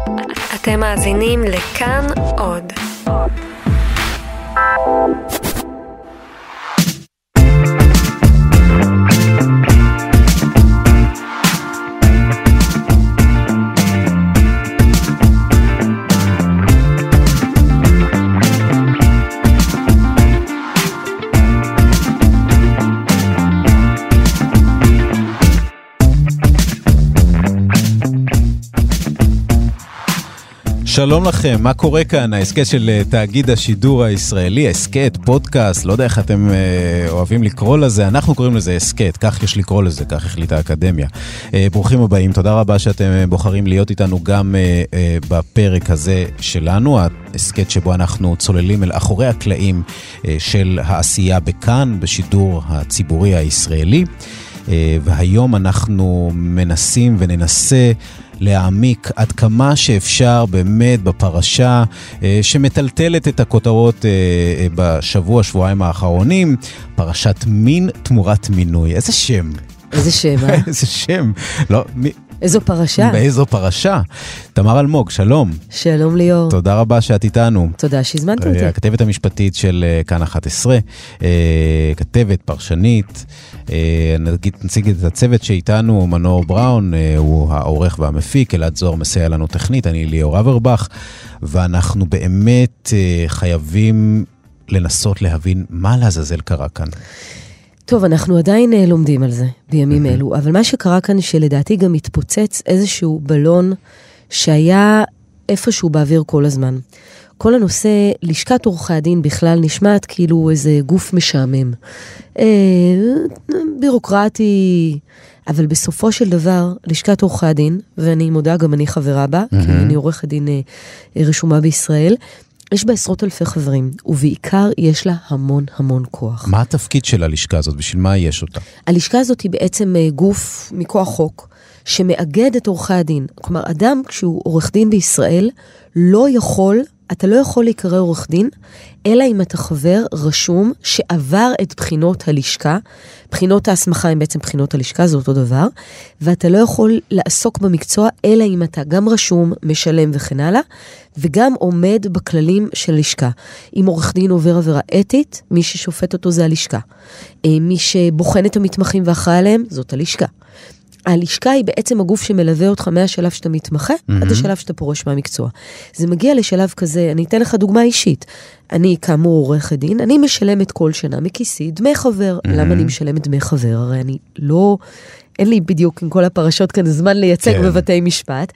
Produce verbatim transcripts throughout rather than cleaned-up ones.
אתם מאזינים לכאן עוד. שלום לכם, מה קורה כאן? ההסקט של תאגיד השידור הישראלי, הסקט, פודקאסט, לא יודע איך אתם אה, אוהבים לקרוא לזה, אנחנו קוראים לזה הסקט, כך יש לקרוא לזה, כך החליטה האקדמיה. אה, ברוכים הבאים, תודה רבה שאתם בוחרים להיות איתנו גם אה, אה, בפרק הזה שלנו, ההסקט שבו אנחנו צוללים אל אחורי הקלעים אה, של העשייה בכאן, בשידור הציבורי הישראלי, אה, והיום אנחנו מנסים וננסה להעמיק עד כמה שאפשר באמת בפרשה אה, שמטלטלת את הכותרות אה, אה, בשבוע, שבועיים האחרונים, פרשת מין תמורת מינוי. איזה שם. איזה שם, אה? איזה שם. לא, מי... איזו פרשה. באיזו פרשה. תמר אלמוג, שלום. שלום ליאור. תודה רבה שאת איתנו. תודה שהזמנתם אותי. הכתבת המשפטית של כאן אחת עשרה, כתבת, פרשנית, נגיד, נציג את הצוות שאיתנו, מנור בראון, הוא העורך והמפיק, אלעד זוהר מסייע לנו טכנית, אני ליאור אברבך, ואנחנו באמת חייבים לנסות להבין מה לעזאזל קרה כאן. טוב, אנחנו עדיין לומדים על זה בימים אלו, אבל מה שקרה כאן שלדעתי גם מתפוצץ איזשהו בלון שהיה איפשהו באוויר כל הזמן. כל הנושא, לשכת עורכי הדין בכלל נשמעת כאילו איזה גוף משעמם. אה, בירוקרטי, אבל בסופו של דבר, לשכת עורכי הדין, ואני מודה גם אני חברה בה, כי אני עורכת דין אה, רשומה בישראל, יש בה עשרות אלפי חברים, ובעיקר יש לה המון המון כוח. מה התפקיד של הלשכה הזאת? בשביל מה יש אותה? הלשכה הזאת היא בעצם גוף מכוח חוק, שמאגד את עורכי הדין. כלומר, אדם כשהוא עורך דין בישראל, לא יכול, אתה לא יכול להיקרא עורך דין, אלא אם אתה חבר רשום שעבר את בחינות הלשכה, בחינות ההסמכה הם בעצם בחינות הלשכה, זה אותו דבר, ואתה לא יכול לעסוק במקצוע, אלא אם אתה גם רשום, משלם וכן הלאה, וגם עומד בכללים של הלשכה. אם עורך דין עובר עבירה אתית, מי ששופט אותו זה הלשכה. מי שבוחן את המתמחים ואחראי עליהם, זאת הלשכה. הלשכה היא בעצם הגוף שמלווה אותך מהשלב שאתה מתמחה, mm-hmm. עד השלב שאתה פורש מהמקצוע. זה מגיע לשלב כזה, אני אתן לך דוגמה אישית. אני כאמור עורכת דין, אני משלמת כל שנה מכיסי דמי חבר. Mm-hmm. למה אני משלמת דמי חבר? הרי אני לא, אין לי בדיוק עם כל הפרשות כאן זמן לייצג כן. בבתי משפט.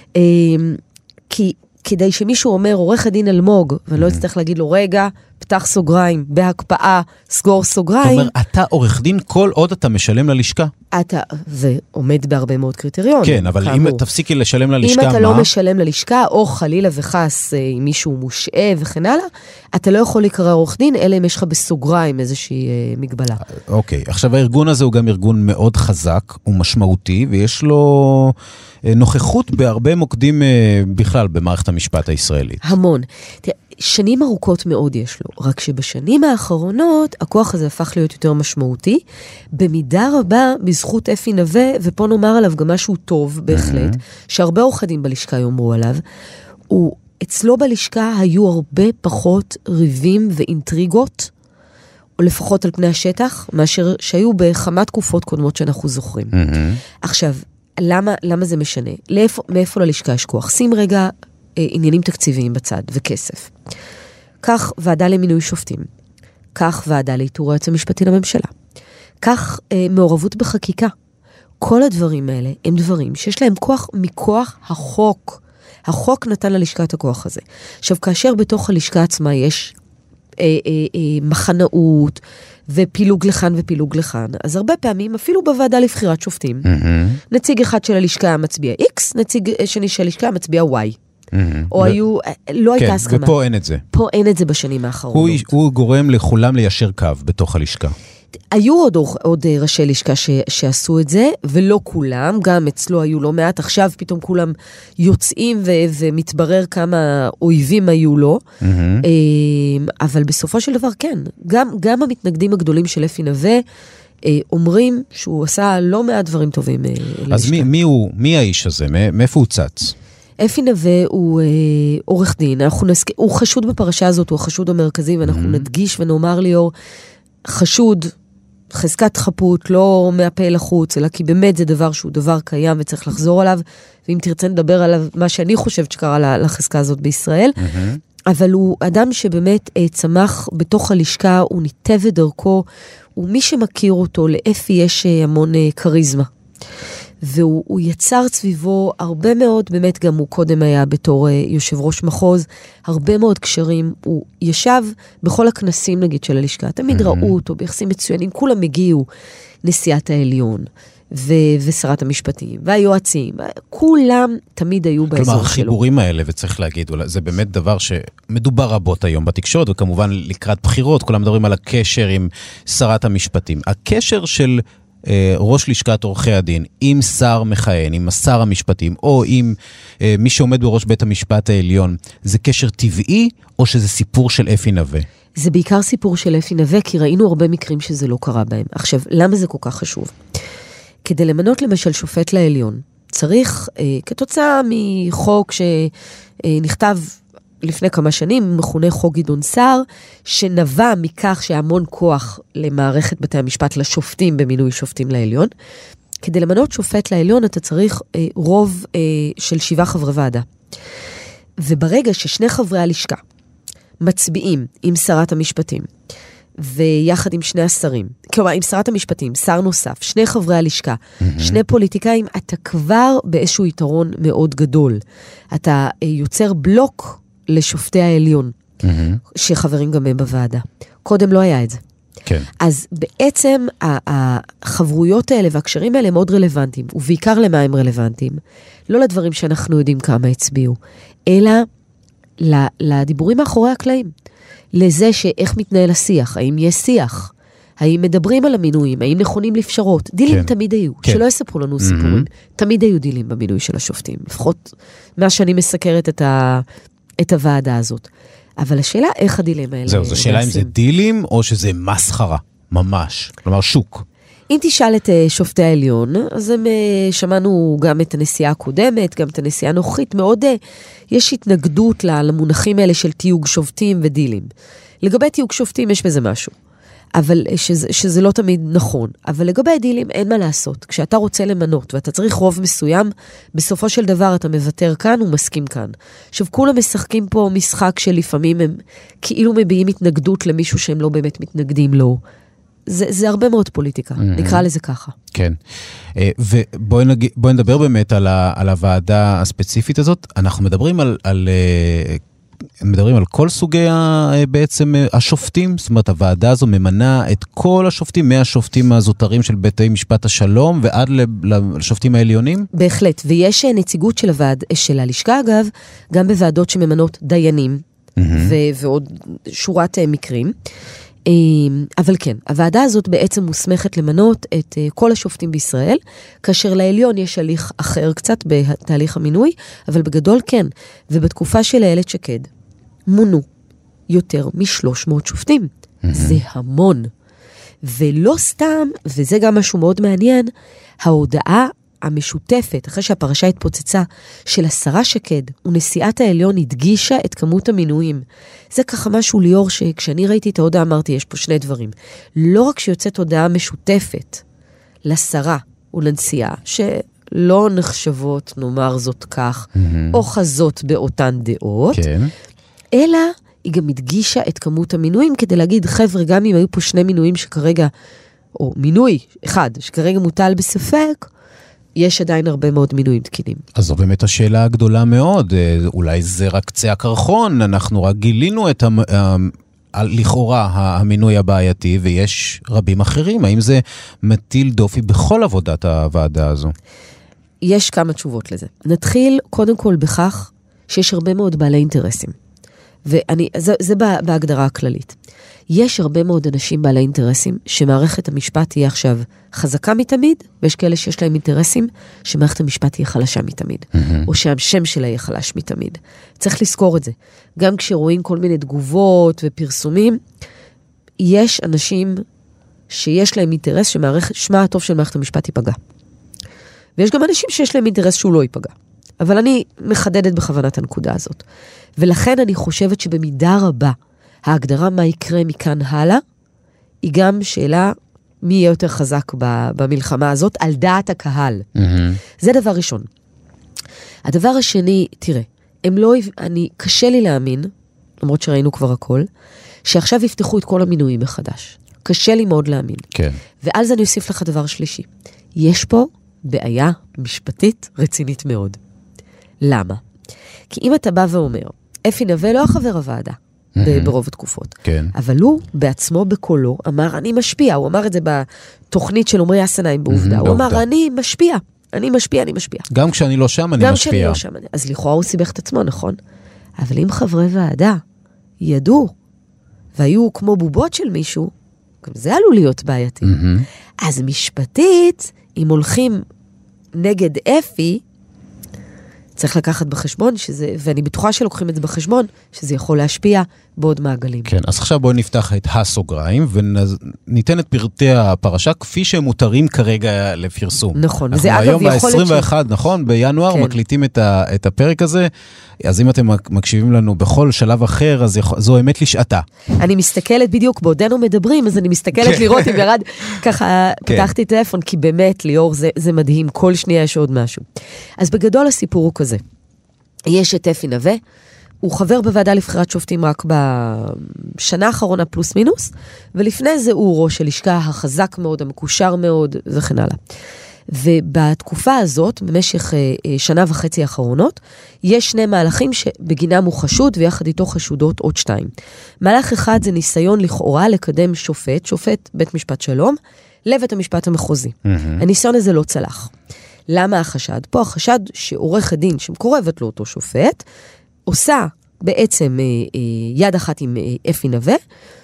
כי כדי שמישהו אומר עורך הדין אלמוג, ואני לא אצטרך להגיד לו רגע, פתח סוגריים, בהקפאה, סגור סוגריים. זאת אומרת, אתה עורך דין כל עוד אתה משלם ללשכה. אתה, ועומד בהרבה מאוד קריטריונים. כן, אבל כאמור. אם תפסיקי לשלם ללשכה, אם אתה מה? לא משלם ללשכה, או חלילה וחס, אם מישהו מושעה וכן הלאה, אתה לא יכול להיקרא עורך דין, אלא אם יש לך בסוגריים איזושהי אה, מגבלה. אוקיי, עכשיו הארגון הזה הוא גם ארגון מאוד חזק, הוא משמעותי, ויש לו נוכחות בהרבה מוקדים בכלל במערכת המשפט הישראלית. המון. תראה, שנים ארוכות מאוד יש לו, רק שבשנים האחרונות הכוח הזה הפך להיות יותר משמעותי, במידה רבה בזכות אפי נווה, ופה נאמר עליו גם משהו טוב בהחלט, שהרבה עורכדים בלשכה יאמרו עליו, הוא, אצלו בלשכה היו הרבה פחות ריבים ואינטריגות, או לפחות על פני השטח, מאשר שהיו בכמה תקופות קודמות שאנחנו זוכרים. עכשיו, למה, למה זה משנה? לאיפה, מאיפה ללשכה יש כוח? שים רגע עניינים תקציביים בצד וכסף. כך ועדה למינוי שופטים. כך ועדה לאיתור היועץ המשפטי לממשלה. כך אה, מעורבות בחקיקה. כל הדברים האלה הם דברים שיש להם כוח מכוח החוק. החוק נתן ללשכה את הכוח הזה. עכשיו, כאשר בתוך הלשכה עצמה יש אה, אה, אה, מחנאות ופילוג לכאן ופילוג לכאן, אז הרבה פעמים, אפילו בוועדה לבחירת שופטים, mm-hmm. נציג אחד של הלשכה מצביע X, נציג שני של הלשכה מצביע Y. או היו, לא הייתה הסכמה. כן, ופה אין את זה. פה אין את זה בשנים האחרונות. הוא גורם לכולם ליישר קו בתוך הלשכה. היו עוד, עוד ראשי לשכה ש, שעשו את זה, ולא כולם, גם אצלו היו לא מעט, עכשיו פתאום כולם יוצאים ו, ומתברר כמה אויבים היו לו, mm-hmm. אבל בסופו של דבר כן, גם, גם המתנגדים הגדולים של אפי נווה, אומרים שהוא עשה לא מעט דברים טובים ללשכה. אז מי, מי הוא, מי האיש הזה? מאיפה הוא צץ? אפי נווה הוא אה, עורך דין, אנחנו נסק... הוא חשוד בפרשה הזאת, הוא החשוד המרכזי, ואנחנו mm-hmm. נדגיש ונאמר ליאור, חשוד, חזקת חפות, לא מהפה לחוץ, אלא כי באמת זה דבר שהוא דבר קיים וצריך לחזור עליו, ואם תרצה נדבר עליו, מה שאני חושבת שקרה לחזקה הזאת בישראל, mm-hmm. אבל הוא אדם שבאמת אה, צמח בתוך הלשכה, הוא ניתב את דרכו, ומי שמכיר אותו, לאפי יש אה, המון אה, קריזמה. והוא יצר סביבו הרבה מאוד, באמת גם הוא קודם היה בתור אה, יושב ראש מחוז, הרבה מאוד קשרים, הוא ישב בכל הכנסים נגיד של הלשכה, תמיד mm-hmm. ראו אותו ביחסים מצוינים, כולם הגיעו, נשיאת העליון, ו- ושרת המשפטים, והיועצים, כולם תמיד היו באזור שלו. כלומר, החיבורים האלה, וצריך להגיד, זה באמת דבר שמדובר רבות היום בתקשורת, וכמובן לקראת בחירות, כולם מדברים על הקשר עם שרת המשפטים. הקשר של אה, ראש לשכת עורכי הדין, עם שר מכהן, עם שר המשפטים, או עם אה, מי שעומד בראש בית המשפט העליון, זה קשר טבעי, או שזה סיפור של אפי נווה? זה בעיקר סיפור של אפי נווה, כי ראינו הרבה מקרים שזה לא קרה בהם. עכשיו, למה זה כל כך חשוב? כדי למנות למשל שופט לעליון, צריך, אה, כתוצאה מחוק שנכתב לפני כמה שנים, מכונה חוק גדעון סער, שנבע מכך שהמון כוח למערכת בתי המשפט לשופטים במינוי שופטים לעליון. כדי למנות שופט לעליון אתה צריך אה, רוב אה, של שבעה חברי ועדה. וברגע ששני חברי הלשכה מצביעים עם שרת המשפטים, ויחד עם שני השרים, כלומר עם שרת המשפטים, שר נוסף, שני חברי הלשכה, mm-hmm. שני פוליטיקאים, אתה כבר באיזשהו יתרון מאוד גדול. אתה יוצר בלוק לשופטי העליון, mm-hmm. שחברים גם הם בוועדה. קודם לא היה את זה. כן. אז בעצם החברויות האלה והקשרים האלה מאוד רלוונטיים, ובעיקר למה הם רלוונטיים? לא לדברים שאנחנו יודעים כמה הצביעו, אלא לדיבורים מאחורי הקלעים. לזה שאיך מתנהל השיח, האם יש שיח, האם מדברים על המינויים, האם נכונים לפשרות. דילים כן. תמיד היו, כן. שלא יספרו לנו mm-hmm. סיפורים. תמיד היו דילים במינוי של השופטים, לפחות מה שאני מסקרת את, ה, את הוועדה הזאת. אבל השאלה איך הדילים האלה... זהו, זו שאלה אם זה דילים או שזה מסחרה, ממש, כלומר שוק. אם תשאל את שופטי העליון, אז הם, שמענו גם את הנשיאה הקודמת, גם את הנשיאה הנוכחית, מאוד יש התנגדות למונחים האלה של תיוג שופטים ודילים. לגבי תיוג שופטים יש בזה משהו, אבל שזה, שזה לא תמיד נכון. אבל לגבי דילים אין מה לעשות. כשאתה רוצה למנות ואתה צריך רוב מסוים, בסופו של דבר אתה מוותר כאן ומסכים כאן. עכשיו, כולם משחקים פה משחק שלפעמים הם כאילו מביעים התנגדות למישהו שהם לא באמת מתנגדים לו. זה, זה הרבה מאוד פוליטיקה, mm-hmm. נקרא לזה ככה. כן. ובואי נג... בואי נדבר באמת על, ה... על הוועדה הספציפית הזאת. אנחנו מדברים על, על, מדברים על כל סוגי ה... בעצם השופטים, זאת אומרת, הוועדה הזו ממנה את כל השופטים, מהשופטים הזוטרים של בתי משפט השלום, ועד לשופטים העליונים? בהחלט, ויש נציגות של הוועד, של הלשכה אגב, גם בוועדות שממנות דיינים, mm-hmm. ו... ועוד שורת מקרים. אבל כן, הוועדה הזאת בעצם מוסמכת למנות את כל השופטים בישראל, כאשר לעליון יש הליך אחר קצת בתהליך המינוי, אבל בגדול כן, ובתקופה של איילת שקד מונו יותר מ-שלוש מאות שופטים. Mm-hmm. זה המון. ולא סתם, וזה גם משהו מאוד מעניין, ההודעה המשותפת, אחרי שהפרשה התפוצצה, של השרה שקד ונשיאת העליון הדגישה את כמות המינויים. זה ככה משהו ליאור שכשאני ראיתי את ההודעה אמרתי, יש פה שני דברים. לא רק שיוצאת הודעה משותפת לשרה ולנשיאה, שלא נחשבות, נאמר זאת כך, mm-hmm. או חזות באותן דעות, כן. אלא היא גם הדגישה את כמות המינויים, כדי להגיד, חבר'ה, גם אם היו פה שני מינויים שכרגע, או מינוי אחד, שכרגע מוטל בספק, יש עדיין הרבה מאוד מינויים תקינים. אז זו באמת השאלה הגדולה מאוד, אולי זה רק קצה הקרחון, אנחנו רק גילינו את המ... לכאורה המינוי הבעייתי, ויש רבים אחרים, האם זה מטיל דופי בכל עבודת הוועדה הזו? יש כמה תשובות לזה. נתחיל קודם כל בכך, שיש הרבה מאוד בעלי אינטרסים, ואני, זה, זה בהגדרה הכללית. יש הרבה מאוד אנשים בעלי אינטרסים שמערכת המשפט תהיה עכשיו חזקה מתמיד, ויש כאלה שיש להם אינטרסים שמערכת המשפט תהיה חלשה מתמיד, mm-hmm. או שהשם שלה יהיה חלש מתמיד. צריך לזכור את זה. גם כשרואים כל מיני תגובות ופרסומים, יש אנשים שיש להם אינטרס שמערכת, שמה הטוב של מערכת המשפט ייפגע. ויש גם אנשים שיש להם אינטרס שהוא לא ייפגע. אבל אני מחדדת בכוונת הנקודה הזאת. ולכן אני חושבת שבמידה רבה, ההגדרה מה יקרה מכאן הלאה, היא גם שאלה מי יהיה יותר חזק במלחמה הזאת, על דעת הקהל. Mm-hmm. זה דבר ראשון. הדבר השני, תראה, הם לא, אני, קשה לי להאמין, למרות שראינו כבר הכל, שעכשיו יפתחו את כל המינויים מחדש. קשה לי מאוד להאמין. כן. ואז אני אוסיף לך דבר שלישי. יש פה בעיה משפטית רצינית מאוד. למה? כי אם אתה בא ואומר, אפי נווה לא החבר הוועדה, mm-hmm. ברוב התקופות. כן. אבל הוא בעצמו בקולו אמר, אני משפיע. הוא אמר את זה בתוכנית של עומרי הסנאים בעובדה. Mm-hmm, הוא בעובדה. אמר, אני משפיע. אני משפיע, אני משפיע. גם כשאני לא שם, אני גם משפיע. גם כשאני לא שם. אני... אז לכאורה הוא סיבך את עצמו, נכון? אבל אם חברי ועדה ידעו, והיו כמו בובות של מישהו, גם זה עלול להיות בעייתי. Mm-hmm. אז משפטית, אם הולכים נגד אפי, צריך לקחת בחשבון, שזה, ואני בטוחה שלוקחים את זה בחשבון, שזה יכול להשפיע בעוד מעגלים. כן, אז עכשיו בואו נפתח את הסוגריים, וניתן את פרטי הפרשה, כפי שהם מותרים כרגע לפרסום. נכון, וזה אגב יכול להיות... אנחנו היום ב-עשרים ואחד, נכון? בינואר כן. מקליטים את, ה, את הפרק הזה, אז אם אתם מקשיבים לנו בכל שלב אחר, אז זו אמת לשעתה. אני מסתכלת בדיוק, בעודנו מדברים, אז אני מסתכלת לראות אם ירד, ככה פתחתי טלפון, כי באמת, ליאור, זה, זה מדהים, כל שנייה יש עוד משהו. אז בגדול הסיפור הוא כזה. יש את אפי נווה, הוא חבר בוועדה לבחירת שופטים רק בשנה האחרונה פלוס מינוס, ולפני זה הוא ראש הלשכה החזק מאוד, המקושר מאוד, וכן הלאה. ובתקופה הזאת, במשך שנה וחצי האחרונות, יש שני מהלכים שבגינם הוא חשוד, ויחד איתו חשודות עוד שתיים. מהלך אחד זה ניסיון לכאורה לקדם שופט, שופט בית משפט שלום, לבית המשפט המחוזי. Mm-hmm. הניסיון הזה לא צלח. למה החשד? פה החשד שעורך הדין שמקורבת לו אותו שופט, עושה בעצם אה, אה, יד אחת עם אה, אפי נווה,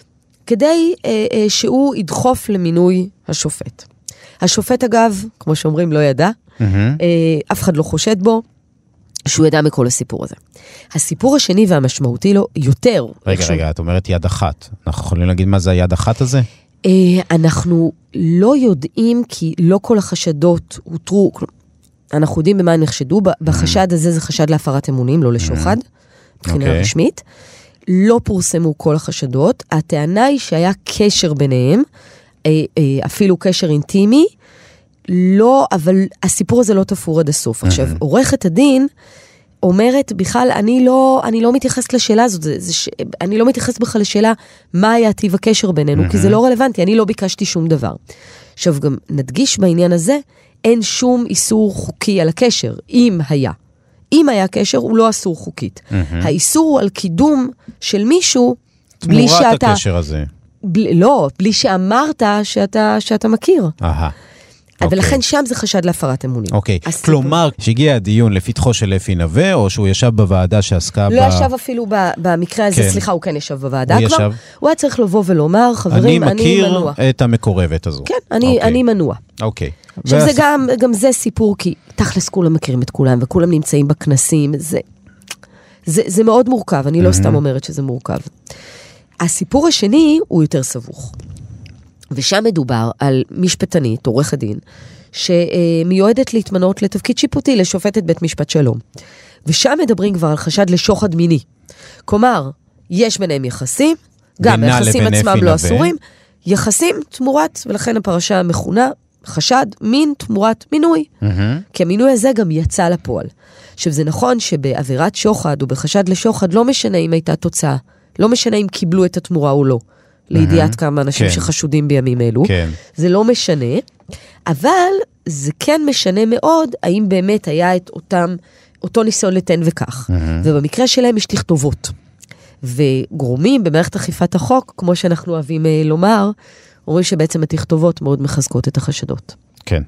כדי אה, אה, שהוא ידחוף למינוי השופט. השופט אגב, כמו שאומרים, לא ידע, mm-hmm. אה, אף אחד לא חושד בו, שהוא ידע מכל הסיפור הזה. הסיפור השני והמשמעותי לו יותר. רגע, שהוא... רגע, את אומרת יד אחת. אנחנו יכולים להגיד מה זה היד אחת הזה? אה, אנחנו לא יודעים, כי לא כל החשדות הותרו, אנחנו יודעים במה הם נחשדו, בחשד הזה זה חשד להפרת אמונים, לא לשוחד, מבחינה okay. רשמית. לא פורסמו כל החשדות, הטענה היא שהיה קשר ביניהם, אפילו קשר אינטימי, לא, אבל הסיפור הזה לא תפור עד הסוף. עכשיו, עורכת הדין אומרת, בכלל, אני לא, אני לא מתייחסת לשאלה הזאת, זה, זה ש... אני לא מתייחסת בכלל לשאלה מה היה טיב הקשר בינינו, כי זה לא רלוונטי, אני לא ביקשתי שום דבר. עכשיו, גם נדגיש בעניין הזה, אין שום איסור חוקי על הקשר, אם היה. אם היה קשר, הוא לא אסור חוקית. האיסור הוא על קידום של מישהו, בלי שאתה... תמורת הקשר הזה. בלי, לא, בלי שאמרת שאתה, שאתה מכיר. אהה. ולכן שם זה חשד להפרת אמונים. אוקיי, כלומר, שהגיע הדיון לפתחו של אפי נווה, או שהוא ישב בוועדה שעסקה ב... לא ישב אפילו במקרה הזה, סליחה, הוא כן ישב בוועדה כבר. הוא ישב. הוא היה צריך לבוא ולומר, חברים, אני מנוע. אני מכיר את המקורבת הזו. כן, אני מנוע. אוקיי. עכשיו זה גם זה סיפור, כי תכלס כולם מכירים את כולם, וכולם נמצאים בכנסים, זה מאוד מורכב, אני לא סתם אומרת שזה מורכב. הסיפור השני הוא יותר סבוך. ושם מדובר על משפטנית, עורך הדין, שמיועדת להתמנות לתפקיד שיפוטי לשופטת בית משפט שלום. ושם מדברים כבר על חשד לשוחד מיני. כלומר, יש ביניהם יחסים, גם היחסים עצמם לא אסורים, יחסים תמורת, ולכן הפרשה מכונה, חשד מין תמורת מינוי. Mm-hmm. כי המינוי הזה גם יצא לפועל. עכשיו, זה נכון שבעבירת שוחד או בחשד לשוחד לא משנה אם הייתה תוצאה, לא משנה אם קיבלו את התמורה או לא. לידיעת כמה אנשים כן. שחשודים בימים אלו. כן. זה לא משנה, אבל זה כן משנה מאוד, האם באמת היה את אותם, אותו ניסיון לתן וכך. ובמקרה שלהם יש תכתובות. וגורמים במערכת אכיפת החוק, כמו שאנחנו אוהבים לומר, אומרים שבעצם התכתובות מאוד מחזקות את החשדות. כן.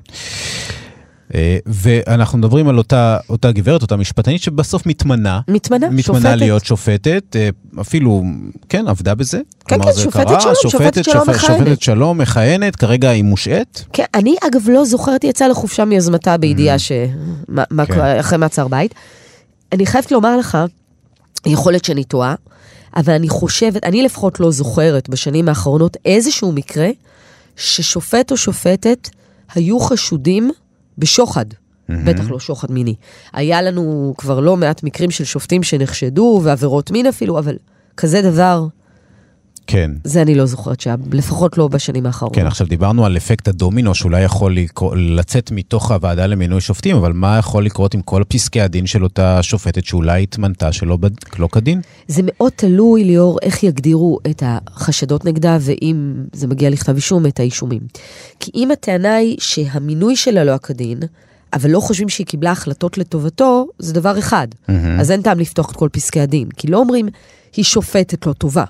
ואנחנו מדברים על אותה, אותה גברת, אותה משפטנית, שבסוף מתמנה. מתמנה, מתמנה שופטת. להיות שופטת, אפילו, כן, עבדה בזה. כן, כן, שופטת קרה, שלום, שופטת שלום מכהנת. שופטת שלום מכהנת, כרגע היא מושעת. כן, אני אגב לא זוכרת, יצאה לחופשה מיוזמתה בידיעה ש... מה, כן. אחרי מעצר בית. אני חייבת לומר לך, יכולת שאני טועה, אבל אני חושבת, אני לפחות לא זוכרת בשנים האחרונות איזשהו מקרה, ששופט או שופטת היו חשודים בשוחד. בטח לא שוחד מיני. היה לנו כבר לא מעט מקרים של שופטים שנחשדו, ועבירות מין אפילו, אבל כזה דבר... כן. זה אני לא זוכרת שם, לפחות לא בשנים האחרונות. כן, עכשיו דיברנו על אפקט הדומינו, שאולי יכול לקרוא, לצאת מתוך הוועדה למינוי שופטים, אבל מה יכול לקרות עם כל פסקי הדין של אותה שופטת, שאולי התמנתה שלא לא כדין? זה מאוד תלוי, ליאור, איך יגדירו את החשדות נגדה, ואם זה מגיע לכתב אישום, את האישומים. כי אם הטענה היא שהמינוי שלה לא הכדין, אבל לא חושבים שהיא קיבלה החלטות לטובתו, זה דבר אחד. Mm-hmm. אז אין טעם לפתוח את כל פסקי הדין, כי לא אומרים, היא שופטת לא טובה.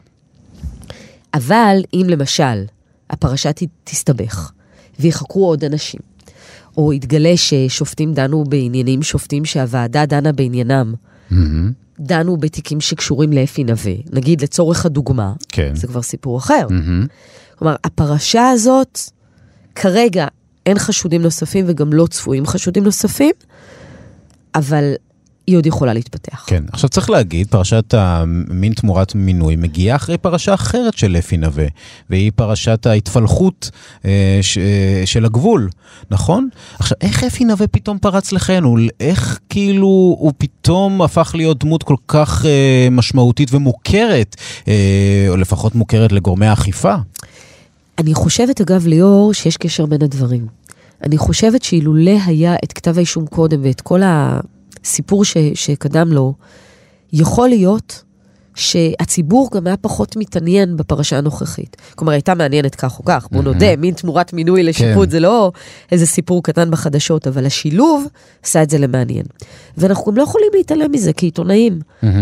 אבל אם למשל הפרשה תסתבך ויחקרו עוד אנשים, או יתגלה ששופטים דנו בעניינים שופטים שהוועדה דנה בעניינם, mm-hmm. דנו בתיקים שקשורים לאפי נווה, נגיד לצורך הדוגמה, כן. זה כבר סיפור אחר. Mm-hmm. כלומר, הפרשה הזאת, כרגע אין חשודים נוספים וגם לא צפויים חשודים נוספים, אבל... היא עוד יכולה להתפתח. כן, עכשיו צריך להגיד, פרשת המין תמורת מינוי מגיעה אחרי פרשה אחרת של אפי נווה, והיא פרשת ההתפלחות אה, ש, אה, של הגבול, נכון? עכשיו, איך אפי נווה פתאום פרץ לכנו? איך כאילו הוא פתאום הפך להיות דמות כל כך אה, משמעותית ומוכרת, אה, או לפחות מוכרת לגורמי האכיפה? אני חושבת, אגב, ליאור, שיש קשר בין הדברים. אני חושבת שאילולא היה את כתב האישום קודם ואת כל ה... סיפור ש, שקדם לו, יכול להיות שהציבור גם היה פחות מתעניין בפרשה הנוכחית. כלומר, הייתה מעניינת כך או כך. בוא נודה, מין תמורת מינוי לשיפוט, זה לא איזה סיפור קטן בחדשות, אבל השילוב עשה את זה למעניין. ואנחנו גם לא יכולים להתעלם מזה, כי עיתונאים,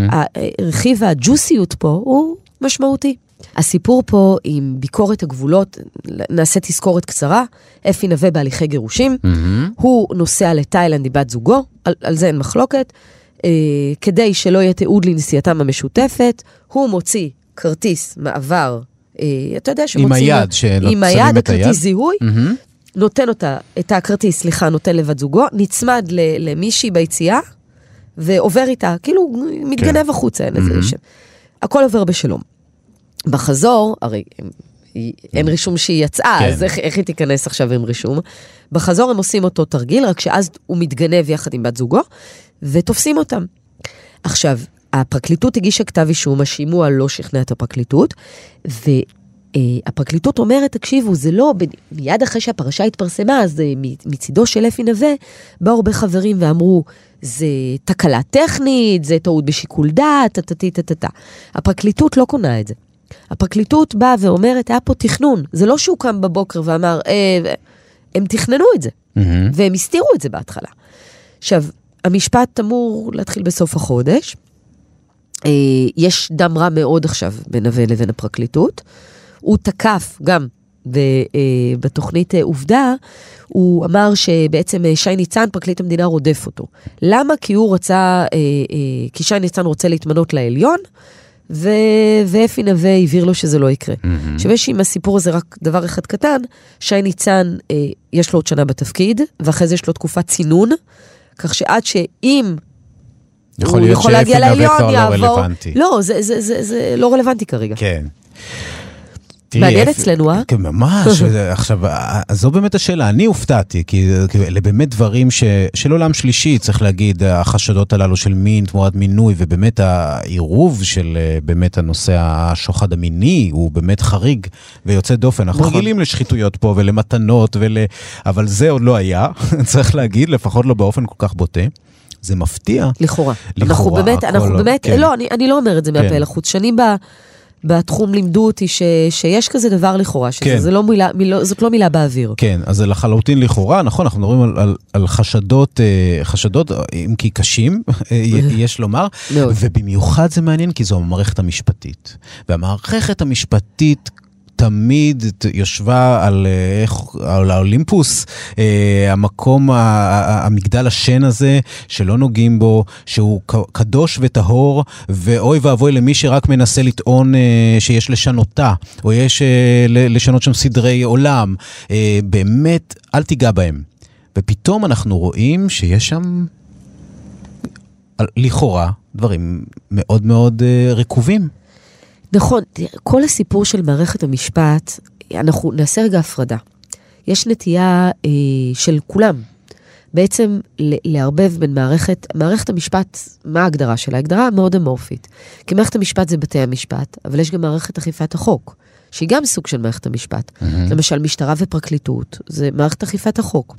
הרכיב והג'וסיות פה הוא משמעותי. הסיפור פה עם ביקורת הגבולות, נעשה תזכורת קצרה, אפי נווה בהליכי גירושים, mm-hmm. הוא נוסע לתאילנד עם בת זוגו, על, על זה אין מחלוקת, אה, כדי שלא יהיה תיעוד לנסיעתם המשותפת, הוא מוציא כרטיס מעבר, אה, אתה יודע שמוציא... עם היד, עם היד, הכרטיס זיהוי, mm-hmm. נותן אותה, את הכרטיס, סליחה, נותן לבת זוגו, נצמד ל, למישהי ביציאה, ועובר איתה, כאילו מתגנב כן. החוצה, אין איזה שם. הכל עובר בשלום. בחזור, הרי אין רישום שהיא יצאה, כן. אז איך, איך היא תיכנס עכשיו עם רישום? בחזור הם עושים אותו תרגיל, רק שאז הוא מתגנב יחד עם בת זוגו, ותופסים אותם. עכשיו, הפרקליטות הגישה כתב אישום, השימוע לא שכנע את הפרקליטות, והפרקליטות אומרת, תקשיבו, זה לא, מיד אחרי שהפרשה התפרסמה, אז מצידו של אפי נווה, באו הרבה חברים ואמרו, זה תקלה טכנית, זה טעות בשיקול דעת, תתתתתת. הפרקליטות לא קונה את זה. הפרקליטות באה ואומרת, היה פה תכנון. זה לא שהוא קם בבוקר ואמר, אה, הם תכננו את זה. Mm-hmm. והם הסתירו את זה בהתחלה. עכשיו, המשפט אמור להתחיל בסוף החודש. אה, יש דם רע מאוד עכשיו בין נווה לבין הפרקליטות. הוא תקף גם בתוכנית עובדה, הוא אמר שבעצם שי ניצן, פרקליט המדינה, רודף אותו. למה? כי הוא רצה, כי שי ניצן רוצה להתמנות לעליון, ואפי נווה הבהיר לו שזה לא יקרה. שווש עם הסיפור הזה רק דבר אחד קטן, שי ניצן יש לו עוד שנה בתפקיד, ואחרי זה יש לו תקופת צינון, כך שעד שאם הוא יכול להגיע לעליון, יעבור... לא, זה לא רלוונטי כרגע. כן. מעניין אצלנו, אה? ממש, עכשיו, זו באמת השאלה, אני הופתעתי, כי אלה באמת דברים של עולם שלישי, צריך להגיד, החשדות הללו של מין, תמורת מינוי, ובאמת העירוב של באמת הנושא השוחד המיני, הוא באמת חריג ויוצא דופן. אנחנו רגילים לשחיתויות פה ולמתנות, אבל זה עוד לא היה, צריך להגיד, לפחות לא באופן כל כך בוטה. זה מפתיע. לכאורה. אנחנו באמת, אנחנו באמת, לא, אני לא אומר את זה מהפה לחוץ, שנים ב... בתחום לימדו אותי ש, שיש כזה דבר לכאורה, שזה כן. לא מילה, מילה, זאת לא מילה באוויר. כן, אז זה לחלוטין לכאורה, נכון, אנחנו מדברים על, על, על חשדות, חשדות, אם כי קשים, יש לומר, ובמיוחד זה מעניין, כי זו המערכת המשפטית. והמערכת המשפטית תמיד יושבה על, על האולימפוס, המקום, המגדל השן הזה, שלא נוגעים בו, שהוא קדוש וטהור, ואוי ואבוי למי שרק מנסה לטעון שיש לשנותה, או יש לשנות שם סדרי עולם. באמת, אל תיגע בהם. ופתאום אנחנו רואים שיש שם, לכאורה, דברים מאוד מאוד רקובים. נכון, כל הסיפור של מערכת המשפט, אנחנו נעשה רגע הפרדה. יש נטייה אה, של כולם בעצם לערבב בין מערכת, מערכת המשפט, מה ההגדרה שלה? ההגדרה מאוד אמורפית. כי מערכת המשפט זה בתי המשפט, אבל יש גם מערכת אכיפת החוק, שהיא גם סוג של מערכת המשפט. Mm-hmm. למשל, משטרה ופרקליטות, זה מערכת אכיפת החוק.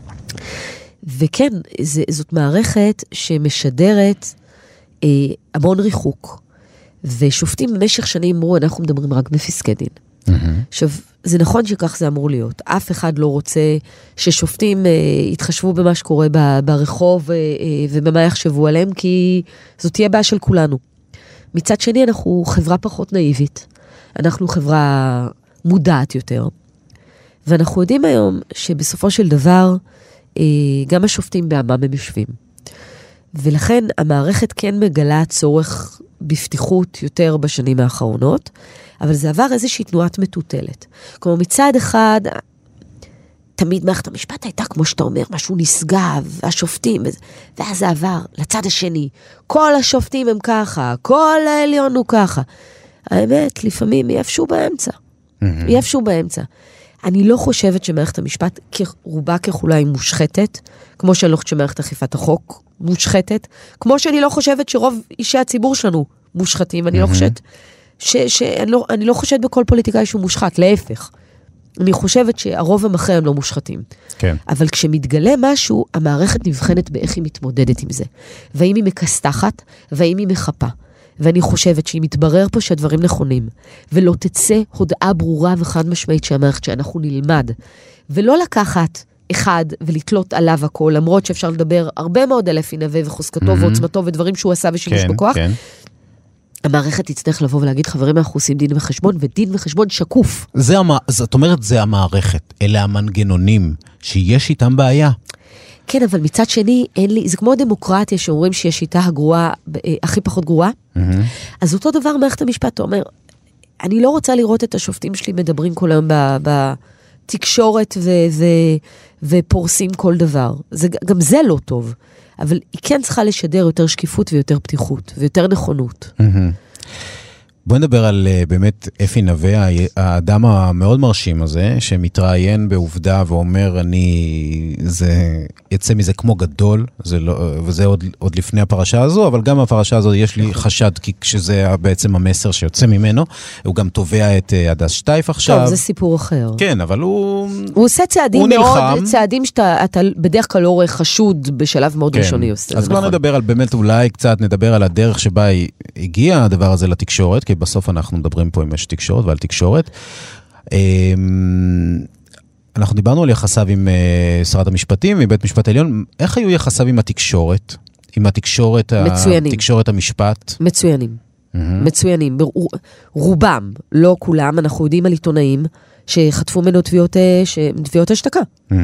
וכן, זה, זאת מערכת שמשדרת אה, המון ריחוק, ושופטים במשך שנים אמרו, אנחנו מדברים רק בפסקי דין. Mm-hmm. עכשיו, זה נכון שכך זה אמור להיות. אף אחד לא רוצה ששופטים אה, יתחשבו במה שקורה ב, ברחוב אה, אה, ובמה יחשבו עליהם, כי זאת תהיה בעיה של כולנו. מצד שני, אנחנו חברה פחות נאיבית. אנחנו חברה מודעת יותר. ואנחנו יודעים היום שבסופו של דבר, אה, גם השופטים בעמם הם יושבים. ולכן המערכת כן מגלה צורך בפתיחות יותר בשנים האחרונות, אבל זה עבר איזושהי תנועת מטוטלת. כלומר, מצד אחד, תמיד מערכת המשפט הייתה, כמו שאתה אומר, משהו נשגב, השופטים, ואז זה עבר לצד השני. כל השופטים הם ככה, כל העליון הוא ככה. האמת, לפעמים יפשו באמצע. יפשו באמצע. אני לא חושבת שמערכת המשפט, רובה ככולה היא מושחתת, כמו שאני לא חושבת שמערכת אכיפת החוק מושחתת, כמו שאני לא חושבת שרוב אישי הציבור שלנו מושחתים, אני לא חושבת, ש, ש, אני לא, אני לא חושבת בכל פוליטיקאי שהוא מושחת, להפך. אני חושבת שהרוב המכריע הם לא מושחתים. כן. אבל כשמתגלה משהו, המערכת נבחנת באיך היא מתמודדת עם זה. והאם היא מקסתחת, והאם היא מחפה. ואני חושבת שאם מתברר פה שהדברים נכונים, ולא תצא הודעה ברורה וחד משמעית שהמערכת שאנחנו נלמד, ולא לקחת אחד ולתלות עליו הכל, למרות שאפשר לדבר הרבה מאוד על אפי נווה וחוזקתו mm-hmm. ועוצמתו ודברים שהוא עשה ושימוש כן, בכוח, כן. המערכת תצטרך לבוא ולהגיד, חברים, אנחנו עושים דין וחשבון, ודין וחשבון שקוף. זה, זאת אומרת, זה המערכת, אלה המנגנונים שיש איתם בעיה. כן, אבל מצד שני, אין לי, זה כמו דמוקרטיה שאומרים שיש שיטה הגרועה, הכי פחות גרועה. Mm-hmm. אז אותו דבר מערכת המשפט, אתה אומר, אני לא רוצה לראות את השופטים שלי מדברים כל היום בתקשורת ו- ו- ופורסים כל דבר. זה, גם זה לא טוב. אבל היא כן צריכה לשדר יותר שקיפות ויותר פתיחות, ויותר נכונות. Mm-hmm. בוא נדבר על באמת אפי נווה, האדם המאוד מרשים הזה, שמתראיין בעובדה ואומר, אני, זה, יצא מזה כמו גדול, זה לא, וזה עוד, עוד לפני הפרשה הזו, אבל גם הפרשה הזו יש לי חשד, כי כשזה בעצם המסר שיוצא ממנו, הוא גם תובע את הדס שטייף עכשיו. טוב, זה סיפור אחר. כן, אבל הוא... הוא עושה צעדים מאוד, צעדים שאתה אתה בדרך כלל לא רואה חשוד בשלב מאוד כן. ראשוני. עושה, אז כבר נכון. נדבר על, באמת אולי קצת נדבר על הדרך שבה הגיע הדבר הזה לתקשורת, כי בסוף אנחנו מדברים פה עם יש תקשורת ועל תקשורת. אנחנו דיברנו על יחסיו עם שרת המשפטים, מבית משפט העליון. איך היו יחסיו עם התקשורת? עם התקשורת, התקשורת המשפט? מצוינים. מצוינים. רובם, לא כולם, אנחנו יודעים על עיתונאים שחטפו ממנו תביעות השתקה.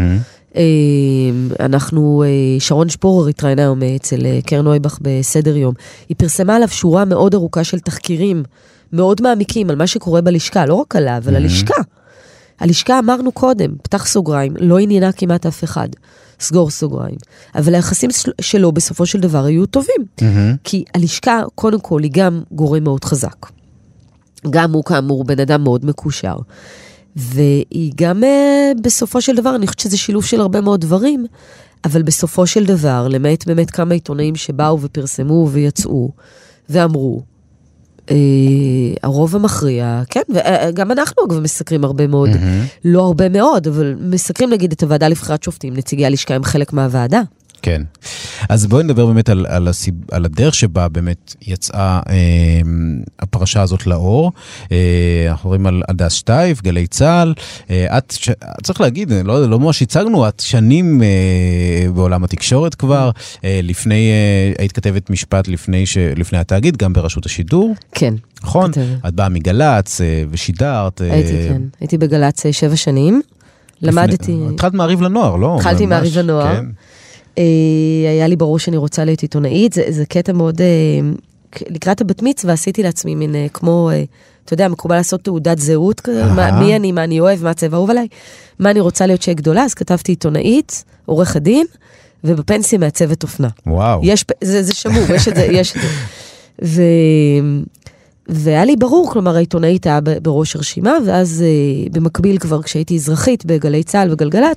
אנחנו, שרון שפורר התראיינה היום אצל קרן נויבך בסדר יום. היא פרסמה עליו שורה מאוד ארוכה של תחקירים מאוד מעמיקים על מה שקורה בלשכה, לא רק עליו, אבל הלשכה. הלשכה אמרנו קודם, פתח סוגריים, לא עניינה כמעט אף אחד, סגור סוגריים. אבל היחסים שלו בסופו של דבר היו טובים. כי הלשכה, קודם כל, היא גם גורם מאוד חזק. גם הוא כאמור בן אדם מאוד מקושר. והיא גם בסופו של דבר, אני חושבת שזה שילוב של הרבה מאוד דברים, אבל בסופו של דבר, למעט באמת כמה עיתונאים שבאו ופרסמו ויצאו, ואמרו, אה, הרוב המכריע, כן, וגם אנחנו אגב מסקרים הרבה מאוד, mm-hmm. לא הרבה מאוד, אבל מסקרים נגיד את הוועדה לבחירת שופטים, נציגי הלשכה הם חלק מהוועדה. כן. אז בואי נדבר באמת על, על, הסיב, על הדרך שבה באמת יצאה אה, הפרשה הזאת לאור. אה, אנחנו רואים על הדס שטייף, גלי צהל. אה, את, ש... צריך להגיד, לא, לא ממש הצגנו, את שנים אה, בעולם התקשורת כבר, אה, לפני, אה, היית כתבת משפט לפני, ש... לפני התאגיד, גם ברשות השידור. כן. נכון? כתבת. את באה מגלץ אה, ושידרת. אה... הייתי, כן. הייתי בגלץ שבע שנים. לפני... למדתי... התחלת מעריב לנוער, לא? התחלתי מעריב לנוער. כן. היה לי ברור שאני רוצה להיות עיתונאית, זה, זה קטע מאוד, לקראת הבת מצווה עשיתי לעצמי מין כמו, אתה יודע, מקובל לעשות תעודת זהות, מה, מי אני, מה אני אוהב, מה הצבע אהוב עליי, מה אני רוצה להיות שיהיה גדולה, אז כתבתי עיתונאית, עורך הדין, ובפנסיה מעצבת אופנה. וואו. יש, זה, זה שמור, יש את זה, יש את זה. ו... והיה לי ברור, כלומר, העיתונאית היה בראש הרשימה, ואז במקביל כבר כשהייתי אזרחית בגלי צהל וגלגלת,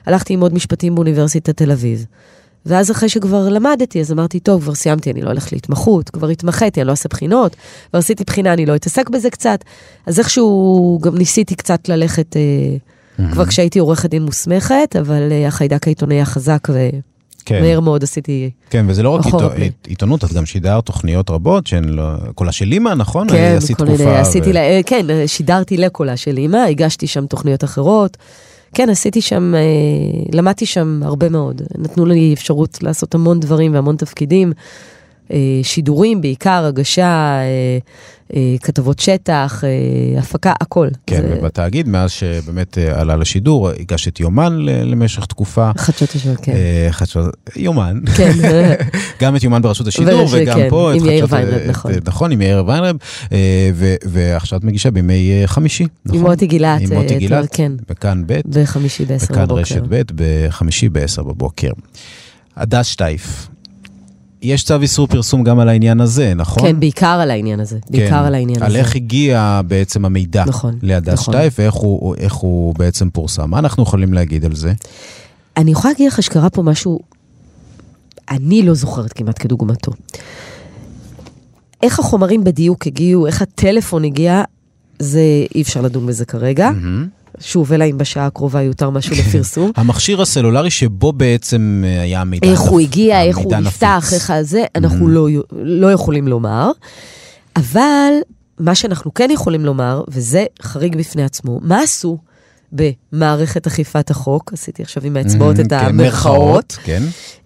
הלכתי ללמוד משפטים באוניברסיטת תל אביב. ואז אחרי שכבר למדתי, אז אמרתי, טוב, כבר סיימתי, אני לא הולך להתמחות, כבר התמחיתי, אני לא אעשה בחינות, כבר עשיתי בחינה, אני לא אתעסק בזה קצת. אז איכשהו גם ניסיתי קצת ללכת, אה, כבר כשהייתי עורכת דין מוסמכת, אבל אה, החיידק העיתונאי החזק ומהר מאוד עשיתי... כן, וזה לא רק עיתונות, את גם שידרת תוכניות רבות, שהן לא... קולה של אימא, נכון? כן, עשיתי, כן, שידרתי לקולה של אימא, הגשתי שם תוכניות אחרות, כן, עשיתי שם, למדתי שם הרבה מאוד. נתנו לי אפשרות לעשות המון דברים והמון תפקידים, שידורים, בעיקר, הגשה, כתבות שטח, הפקה, הכל. כן, ובתאגיד, מאז שבאמת עלה לשידור, הגשת יומן למשך תקופה. חדשות השבוע, כן. יומן. כן. גם את יומן ברשות השידור, וגם פה. עם יאיר ויינרב, נכון. נכון, עם יאיר ויינרב, ועכשיו את מגישה בימי חמישי, נכון? עם מוטי גילת. עם מוטי גילת, כן. בכאן ב'. בחמישי בעשר בבוקר. בכאן רשת ב', בחמישי בעשר בבוקר. הדס שטייף. יש צו איסור פרסום גם על העניין הזה, נכון? כן, בעיקר על העניין הזה. בעיקר כן, על העניין על הזה. על איך הגיע בעצם המידע נכון, להדס נכון. שטייף, ואיך הוא, איך הוא בעצם פורסם. מה אנחנו יכולים להגיד על זה? אני יכולה להגיד לך שקרה פה משהו, אני לא זוכרת כמעט כדוגמתו. איך החומרים בדיוק הגיעו, איך הטלפון הגיע, זה אי אפשר לדון בזה כרגע. שוב, אלא אם בשעה הקרובה יותר משהו לפרסום. המכשיר הסלולרי שבו בעצם היה המידע איך הוא הגיע, איך הוא נפתח, איך זה, אנחנו לא, לא יכולים לומר. אבל מה שאנחנו כן יכולים לומר, וזה חריג בפני עצמו, מה עשו במערכת אכיפת החוק? עשיתי עכשיו עם האצבעות את המרכאות. כן.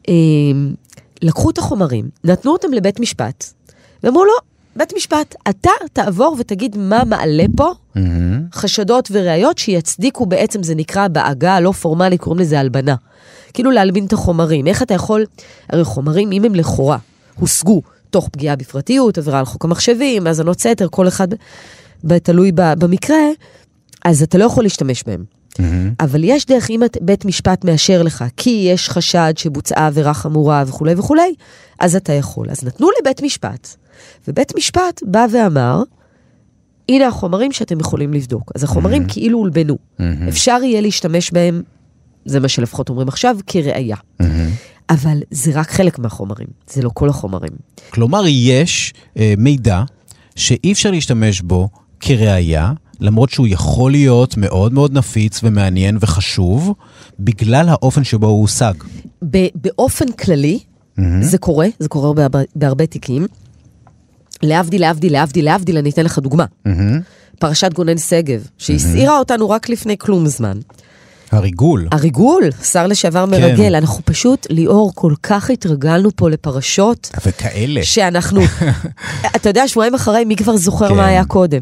לקחו את החומרים, נתנו אותם לבית משפט, ואמרו לו, בית משפט, אתה תעבור ותגיד מה מעלה פה, mm-hmm. חשדות וראיות שיצדיקו בעצם, זה נקרא בעגה הלא פורמלית, קוראים לזה הלבנה. כאילו להלבין את החומרים. איך אתה יכול, הרי חומרים, אם הם לכאורה, הושגו תוך פגיעה בפרטיות, עבירה על חוק המחשבים, האזנות סתר, כל אחד תלוי במקרה, אז אתה לא יכול להשתמש בהם. Mm-hmm. אבל יש דרך, אם בית משפט מאשר לך, כי יש חשד שבוצעה עבירה חמורה וכו' וכו', אז אתה יכול. אז נתנו לבית משפט, ובית משפט בא ואמר, הנה החומרים שאתם יכולים לבדוק. אז החומרים mm-hmm. כאילו הולבנו. Mm-hmm. אפשר יהיה להשתמש בהם, זה מה שלפחות אומרים עכשיו, כראיה. Mm-hmm. אבל זה רק חלק מהחומרים, זה לא כל החומרים. כלומר, יש אה, מידע שאי אפשר להשתמש בו כראיה, למרות שהוא יכול להיות מאוד מאוד נפיץ ומעניין וחשוב, בגלל האופן שבו הוא הושג. באופן כללי, mm-hmm. זה קורה, זה קורה בהרבה, בהרבה תיקים, להבדיל, להבדיל, להבדיל, להבדיל, אני אתן לך דוגמה. Mm-hmm. פרשת גונן סגב, שהסעירה mm-hmm. אותנו רק לפני כלום זמן. הריגול. הריגול, שר לשעבר מרגל. כן. אנחנו פשוט, ליאור, כל כך התרגלנו פה לפרשות. וכאלה. שאנחנו, אתה יודע, שבועיים אחרי, מי כבר זוכר כן. מה היה קודם.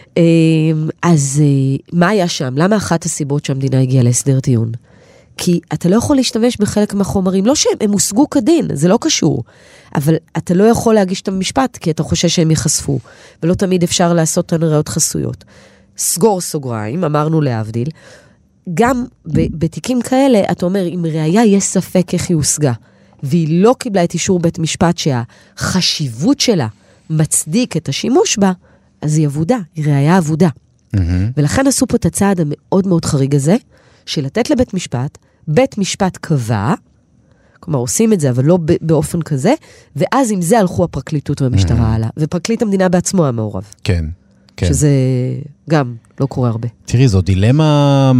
אז מה היה שם? למה אחת הסיבות שהמדינה הגיעה להסדר טיעון? כי אתה לא יכול להשתמש בחלק מהחומרים, לא שהם הושגו כדין, זה לא קשור, אבל אתה לא יכול להגיש את המשפט, כי אתה חושש שהם יחשפו, ולא תמיד אפשר לעשות ראיות חסויות. סגור סוגריים, אמרנו להבדיל, גם בתיקים כאלה, אתה אומר, אם ראיה יש ספק איך היא הושגה, והיא לא קיבלה את אישור בית משפט שהחשיבות שלה מצדיק את השימוש בה, אז היא עבודה, היא ראיה עבודה. Mm-hmm. ולכן עשו פה את הצעד המאוד מאוד חריג הזה, של לתת לבית משפט, בית משפט קבע, כלומר עושים את זה, אבל לא באופן כזה, ואז עם זה הלכו הפרקליטות והמשטרה הלאה, ופרקליט המדינה בעצמו המעורב. כן, כן. שזה גם לא קורה הרבה. תראי, זו דילמה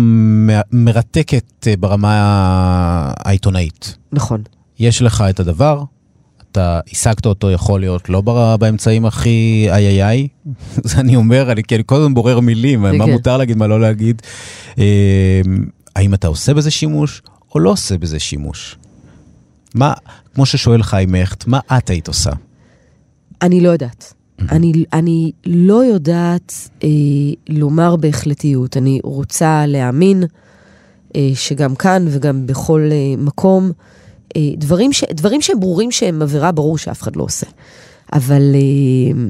מרתקת ברמה העיתונאית. נכון. יש לך את הדבר, אתה השגת אותו, יכול להיות לא באמצעים הכי איי איי איי, זה אני אומר, אני, כי אני כל הזמן בורר מילים, מה מותר להגיד, מה לא להגיד. האם אתה עושה בזה שימוש, או לא עושה בזה שימוש? מה, כמו ששואל חיים הכט, מה את היית עושה? אני לא יודעת. אני, אני לא יודעת אה, לומר בהחלטיות. אני רוצה להאמין אה, שגם כאן וגם בכל אה, מקום, אה, דברים, ש, דברים שהם ברורים שהם עבירה, ברור שאף אחד לא עושה. אבל אה,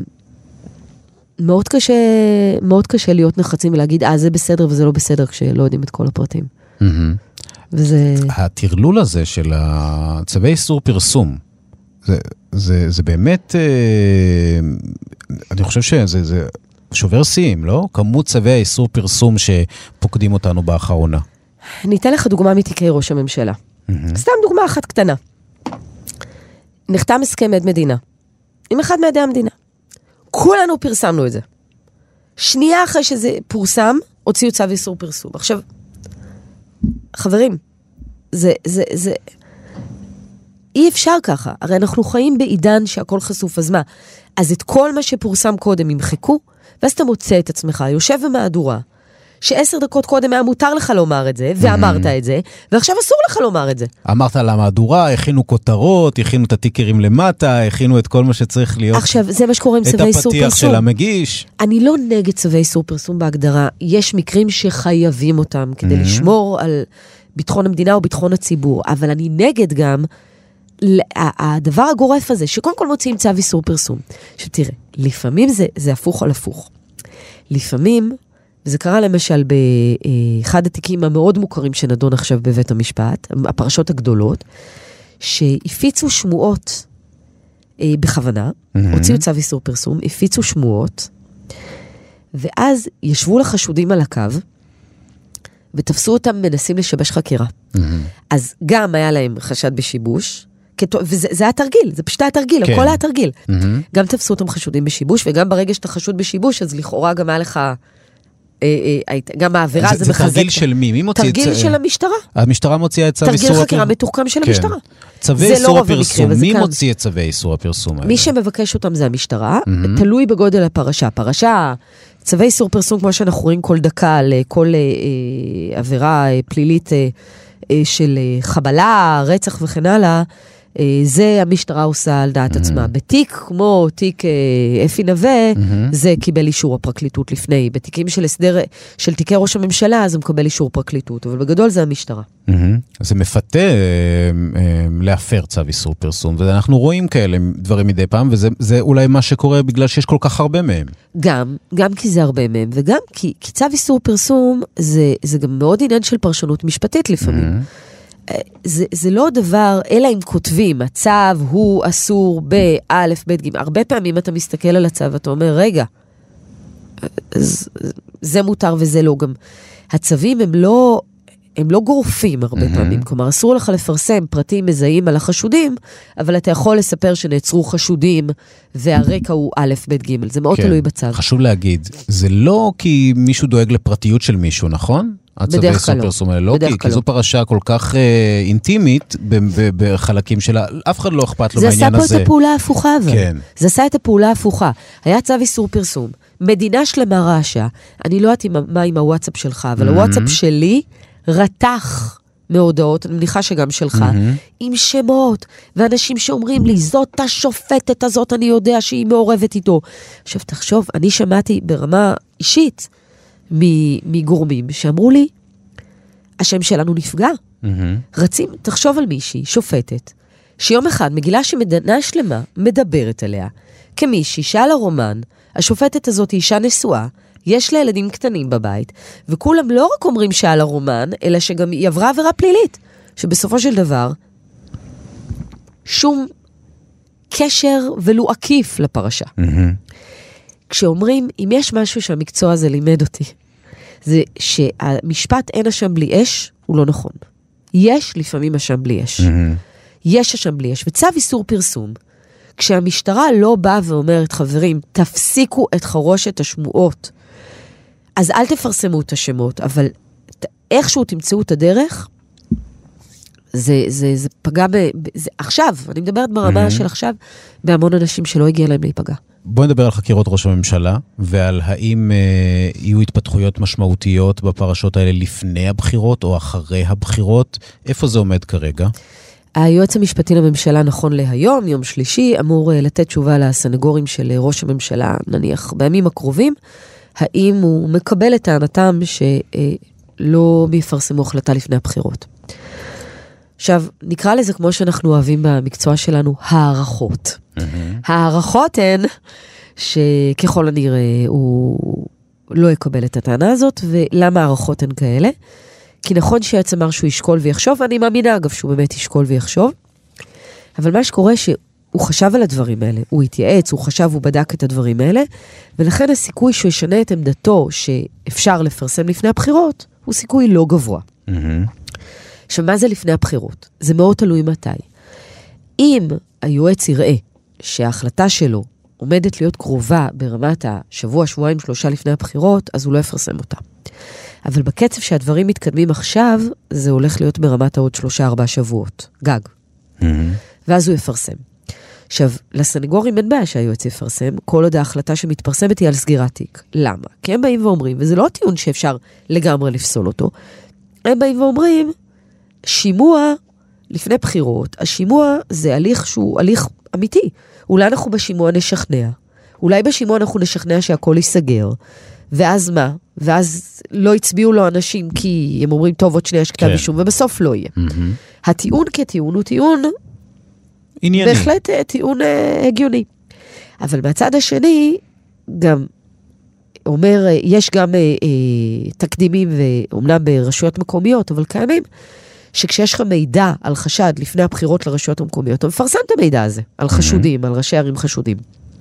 מאוד קשה, מאוד קשה להיות נחצים ולהגיד, אה, זה בסדר וזה לא בסדר, כשלא יודעים את כל הפרטים. Mm-hmm. וזה... התרלול הזה של צווי איסור פרסום, זה, זה, זה באמת, אני חושב שזה זה שובר שיאים, לא? כמות צווי האיסור פרסום שפוקדים אותנו באחרונה. אני אתן לך דוגמה מתיקי ראש הממשלה. סתם דוגמה אחת קטנה. נחתם הסכם עד מדינה, עם אחד מעדי המדינה. כולנו פרסמנו את זה. שנייה אחרי שזה פורסם, הוציאו צו איסור פרסום. עכשיו, חברים, זה, זה, זה... אי אפשר ככה. הרי אנחנו חיים בעידן שהכל חשוף. אז מה? אז את כל מה שפורסם קודם ימחקו, ואז אתה מוצא את עצמך, יושב במהדורה, שעשר דקות קודם היה מותר לך לומר את זה, ואמרת את זה, ועכשיו אסור לך לומר את זה. אמרת על המהדורה, הכינו כותרות, הכינו את הטיקרים למטה, הכינו את כל מה שצריך להיות. עכשיו, זה מה שקורה עם צווי איסור פרסום. את הפתיח של המגיש. אני לא נגד צווי איסור פרסום בהגדרה. יש מקרים שחייבים אותם כדי לשמור על ביטחון המדינה או ביטחון הציבור, אבל אני נגד גם הדבר הגורף הזה, שקודם כל מוציאים צו איסור פרסום. עכשיו תראה, לפעמים זה, זה הפוך על הפוך. לפעמים, וזה קרה למשל באחד התיקים המאוד מוכרים שנדון עכשיו בבית המשפט, הפרשות הגדולות, שהפיצו שמועות אה, בכוונה, mm-hmm. הוציאו צו איסור פרסום, הפיצו שמועות, ואז ישבו לחשודים על הקו, ותפסו אותם מנסים לשבש חקירה. Mm-hmm. אז גם היה להם חשד בשיבוש, וזה זה היה תרגיל, זה פשוט היה תרגיל, כן. הכל היה תרגיל. Mm-hmm. גם תפסו אותם חשודים בשיבוש, וגם ברגע שאתה חשוד בשיבוש, אז לכאורה גם היה לך... גם העבירה זה מחזק. זה תרגיל של מי? מי מוציא את זה? תרגיל של המשטרה. המשטרה מוציאה את צו איסור הפרסום. תרגיל חקירה מתוחכם של המשטרה. צווי איסור הפרסום, מי מוציא את צווי איסור הפרסום? מי שמבקש אותם זה המשטרה, תלוי בגודל הפרשה. פרשה, צווי איסור פרסום, כמו שאנחנו רואים כל דקה, לכל עבירה פלילית של חבלה, רצח וכן הלאה, זה המשטרה עושה על דעת עצמה. בתיק כמו תיק אפי נווה, זה קיבל אישור הפרקליטות לפני. בתיקים של הסדר, של תיקי ראש הממשלה, זה מקבל אישור פרקליטות, אבל בגדול זה המשטרה. זה מפתה להפר צו איסור פרסום, ואנחנו רואים כאלה דברים מדי פעם, וזה אולי מה שקורה בגלל שיש כל כך הרבה מהם. גם, גם כי זה הרבה מהם, וגם כי, כי צו איסור פרסום, זה, זה גם מאוד עניין של פרשנות משפטית לפעמים. זה, זה לא דבר, אלא אם כותבים, הצו הוא אסור באלף, בית גימל. הרבה פעמים אתה מסתכל על הצו, אתה אומר, רגע, זה מותר וזה לא. גם הצווים הם לא, הם לא גורפים הרבה mm-hmm. פעמים. כלומר, אסור לך לפרסם פרטים מזהים על החשודים, אבל אתה יכול לספר שנעצרו חשודים, והרקע הוא א', ב', ג'. זה מאוד כן. תלוי בצו. חשוב להגיד, זה לא כי מישהו דואג לפרטיות של מישהו, נכון? בדרך כלל לא. לא, כי, כי זו פרשה כל כך אה, אינטימית בחלקים שלה, אף אחד לא אכפת לו בעניין הזה. זה עשה פה את הפעולה ההפוכה, אבל. כן. זה עשה את הפעולה ההפוכה. היה צו איסור פרסום. מדינה שלמה רעשה, אני לא יודעת מה עם הוואטסאפ שלך, אבל mm-hmm. הוואטסאפ שלי רתח מהודעות, אני מניחה שגם שלך, mm-hmm. עם שמות, ואנשים שאומרים לי, זאת השופטת הזאת, אני יודע שהיא מעורבת איתו. עכשיו תחשוב, אני שמעתי ברמה אישית, מגורמים שאמרו לי, השם שלנו נפגע. Mm-hmm. רצים, תחשוב על מישהי, שופטת, שיום אחד מגילה שמדינה שלמה מדברת עליה, כמישהי שעל הרומן, השופטת הזאת היא אישה נשואה, יש לה ילדים קטנים בבית, וכולם לא רק אומרים שעל הרומן, אלא שגם היא עברה עבירה פלילית, שבסופו של דבר, שום קשר ולו עקיף לפרשה. Mm-hmm. כשאומרים, אם יש משהו שהמקצוע הזה לימד אותי, זה שהמשפט אין אשם בלי אש, הוא לא נכון. יש לפעמים אשם בלי אש. Mm-hmm. יש אשם בלי אש. וצו איסור פרסום, כשהמשטרה לא באה ואומרת, חברים, תפסיקו את חרושת השמועות, אז אל תפרסמו את השמות, אבל איכשהו תמצאו את הדרך, זה, זה, זה פגע ב... זה, עכשיו, אני מדברת ברמה mm-hmm. של עכשיו, בהמון אנשים שלא הגיע להם להיפגע. בואי נדבר על חקירות ראש הממשלה, ועל האם אה, יהיו התפתחויות משמעותיות בפרשות האלה לפני הבחירות או אחרי הבחירות. איפה זה עומד כרגע? היועץ המשפטי לממשלה נכון להיום, יום שלישי, אמור אה, לתת תשובה לסנגורים של ראש הממשלה, נניח בימים הקרובים, האם הוא מקבל את טענתם שלא אה, יפרסמו החלטה לפני הבחירות. עכשיו, נקרא לזה כמו שאנחנו אוהבים במקצוע שלנו, הערכות. Mm-hmm. הערכות הן שככל הנראה הוא לא יקבל את הטענה הזאת, ולמה הערכות הן כאלה? כי נכון שיועץ אמר שהוא ישקול ויחשוב, ואני מאמינה אגב שהוא באמת ישקול ויחשוב, אבל מה שקורה שהוא חשב על הדברים האלה, הוא התייעץ, הוא חשב, הוא בדק את הדברים האלה, ולכן הסיכוי שהוא ישנה את עמדתו שאפשר לפרסם לפני הבחירות, הוא סיכוי לא גבוה. עכשיו, מה זה לפני הבחירות? זה מאוד תלוי מתי. אם היועץ יראה שההחלטה שלו עומדת להיות קרובה ברמת השבוע, שבועיים, שלושה לפני הבחירות, אז הוא לא יפרסם אותה. אבל בקצב שהדברים מתקדמים עכשיו, זה הולך להיות ברמת העוד שלושה, ארבעה שבועות, גג. Mm-hmm. ואז הוא יפרסם. עכשיו, לסנגורים אין בעיה שהיועץ יפרסם, כל עוד ההחלטה שמתפרסמת היא על סגירת תיק. למה? כי הם באים ואומרים, וזה לא טיעון שאפשר לגמרי לפסול אותו, הם באים ואומרים, שימוע לפני בחירות, השימוע זה הליך שהוא הליך אמיתי. אולי אנחנו בשימוע נשכנע, אולי בשימוע אנחנו נשכנע שהכל ייסגר, ואז מה? ואז לא הצביעו לו אנשים כי הם אומרים, טוב, עוד שנייה יש כתב אישום, ובסוף לא יהיה. הטיעון כטיעון הוא טיעון ענייני. בהחלט טיעון הגיוני. אבל מהצד השני, גם אומר, יש גם תקדימים, ואומנם ברשויות מקומיות, אבל קיימים, שכשיש לך מידע על חשד לפני הבחירות לרשויות המקומיות, אתה מפרסם את המידע הזה, על חשודים, על ראשי ערים חשודים.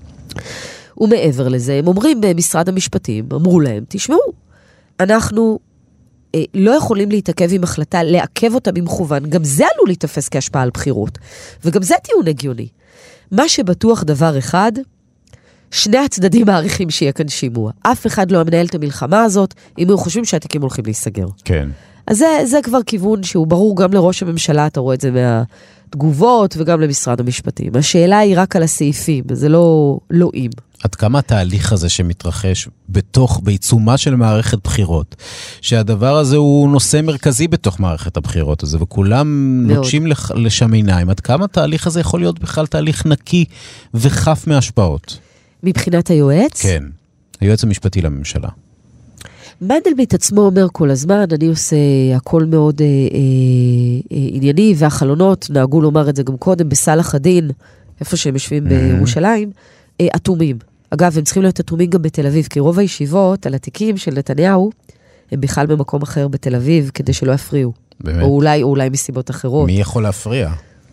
ומעבר לזה, הם אומרים במשרד המשפטים, אמרו להם, תשמעו, אנחנו אה, לא יכולים להתעכב עם החלטה, לעכב אותה במכוון, גם זה עלול להתאפס כהשפעה על בחירות, וגם זה טיעון הגיוני. מה שבטוח דבר אחד, שני הצדדים מעריכים שיהיה כאן שימוע. אף אחד לא מנהל את המלחמה הזאת, אם הם חושבים שהתיקים הולכים להיסגר. כן. אז זה, זה כבר כיוון שהוא ברור גם לראש הממשלה, אתה רואה את זה מהתגובות וגם למשרד המשפטים. השאלה היא רק על הסעיפים, זה לא, לא אם. עד כמה התהליך הזה שמתרחש בתוך, בעיצומה של מערכת בחירות, שהדבר הזה הוא נושא מרכזי בתוך מערכת הבחירות הזה, וכולם מאוד נוטשים לשם עיניים, עד כמה התהליך הזה יכול להיות בכלל תהליך נקי וחף מהשפעות? מבחינת היועץ? כן, היועץ המשפטי לממשלה. מנדלבליט עצמו אומר כל הזמן, אני עושה הכל מאוד אה, אה, אה, ענייני, והחלונות, נהגו לומר את זה גם קודם, בסלח הדין, איפה שהם יושבים mm-hmm. בירושלים, אה, אטומים. אגב, הם צריכים להיות אטומים גם בתל אביב, כי רוב הישיבות על התיקים של נתניהו, הם בכלל במקום אחר בתל אביב, כדי שלא יפריעו. באמת? או אולי, או אולי מסיבות אחרות. מי יכול להפריע?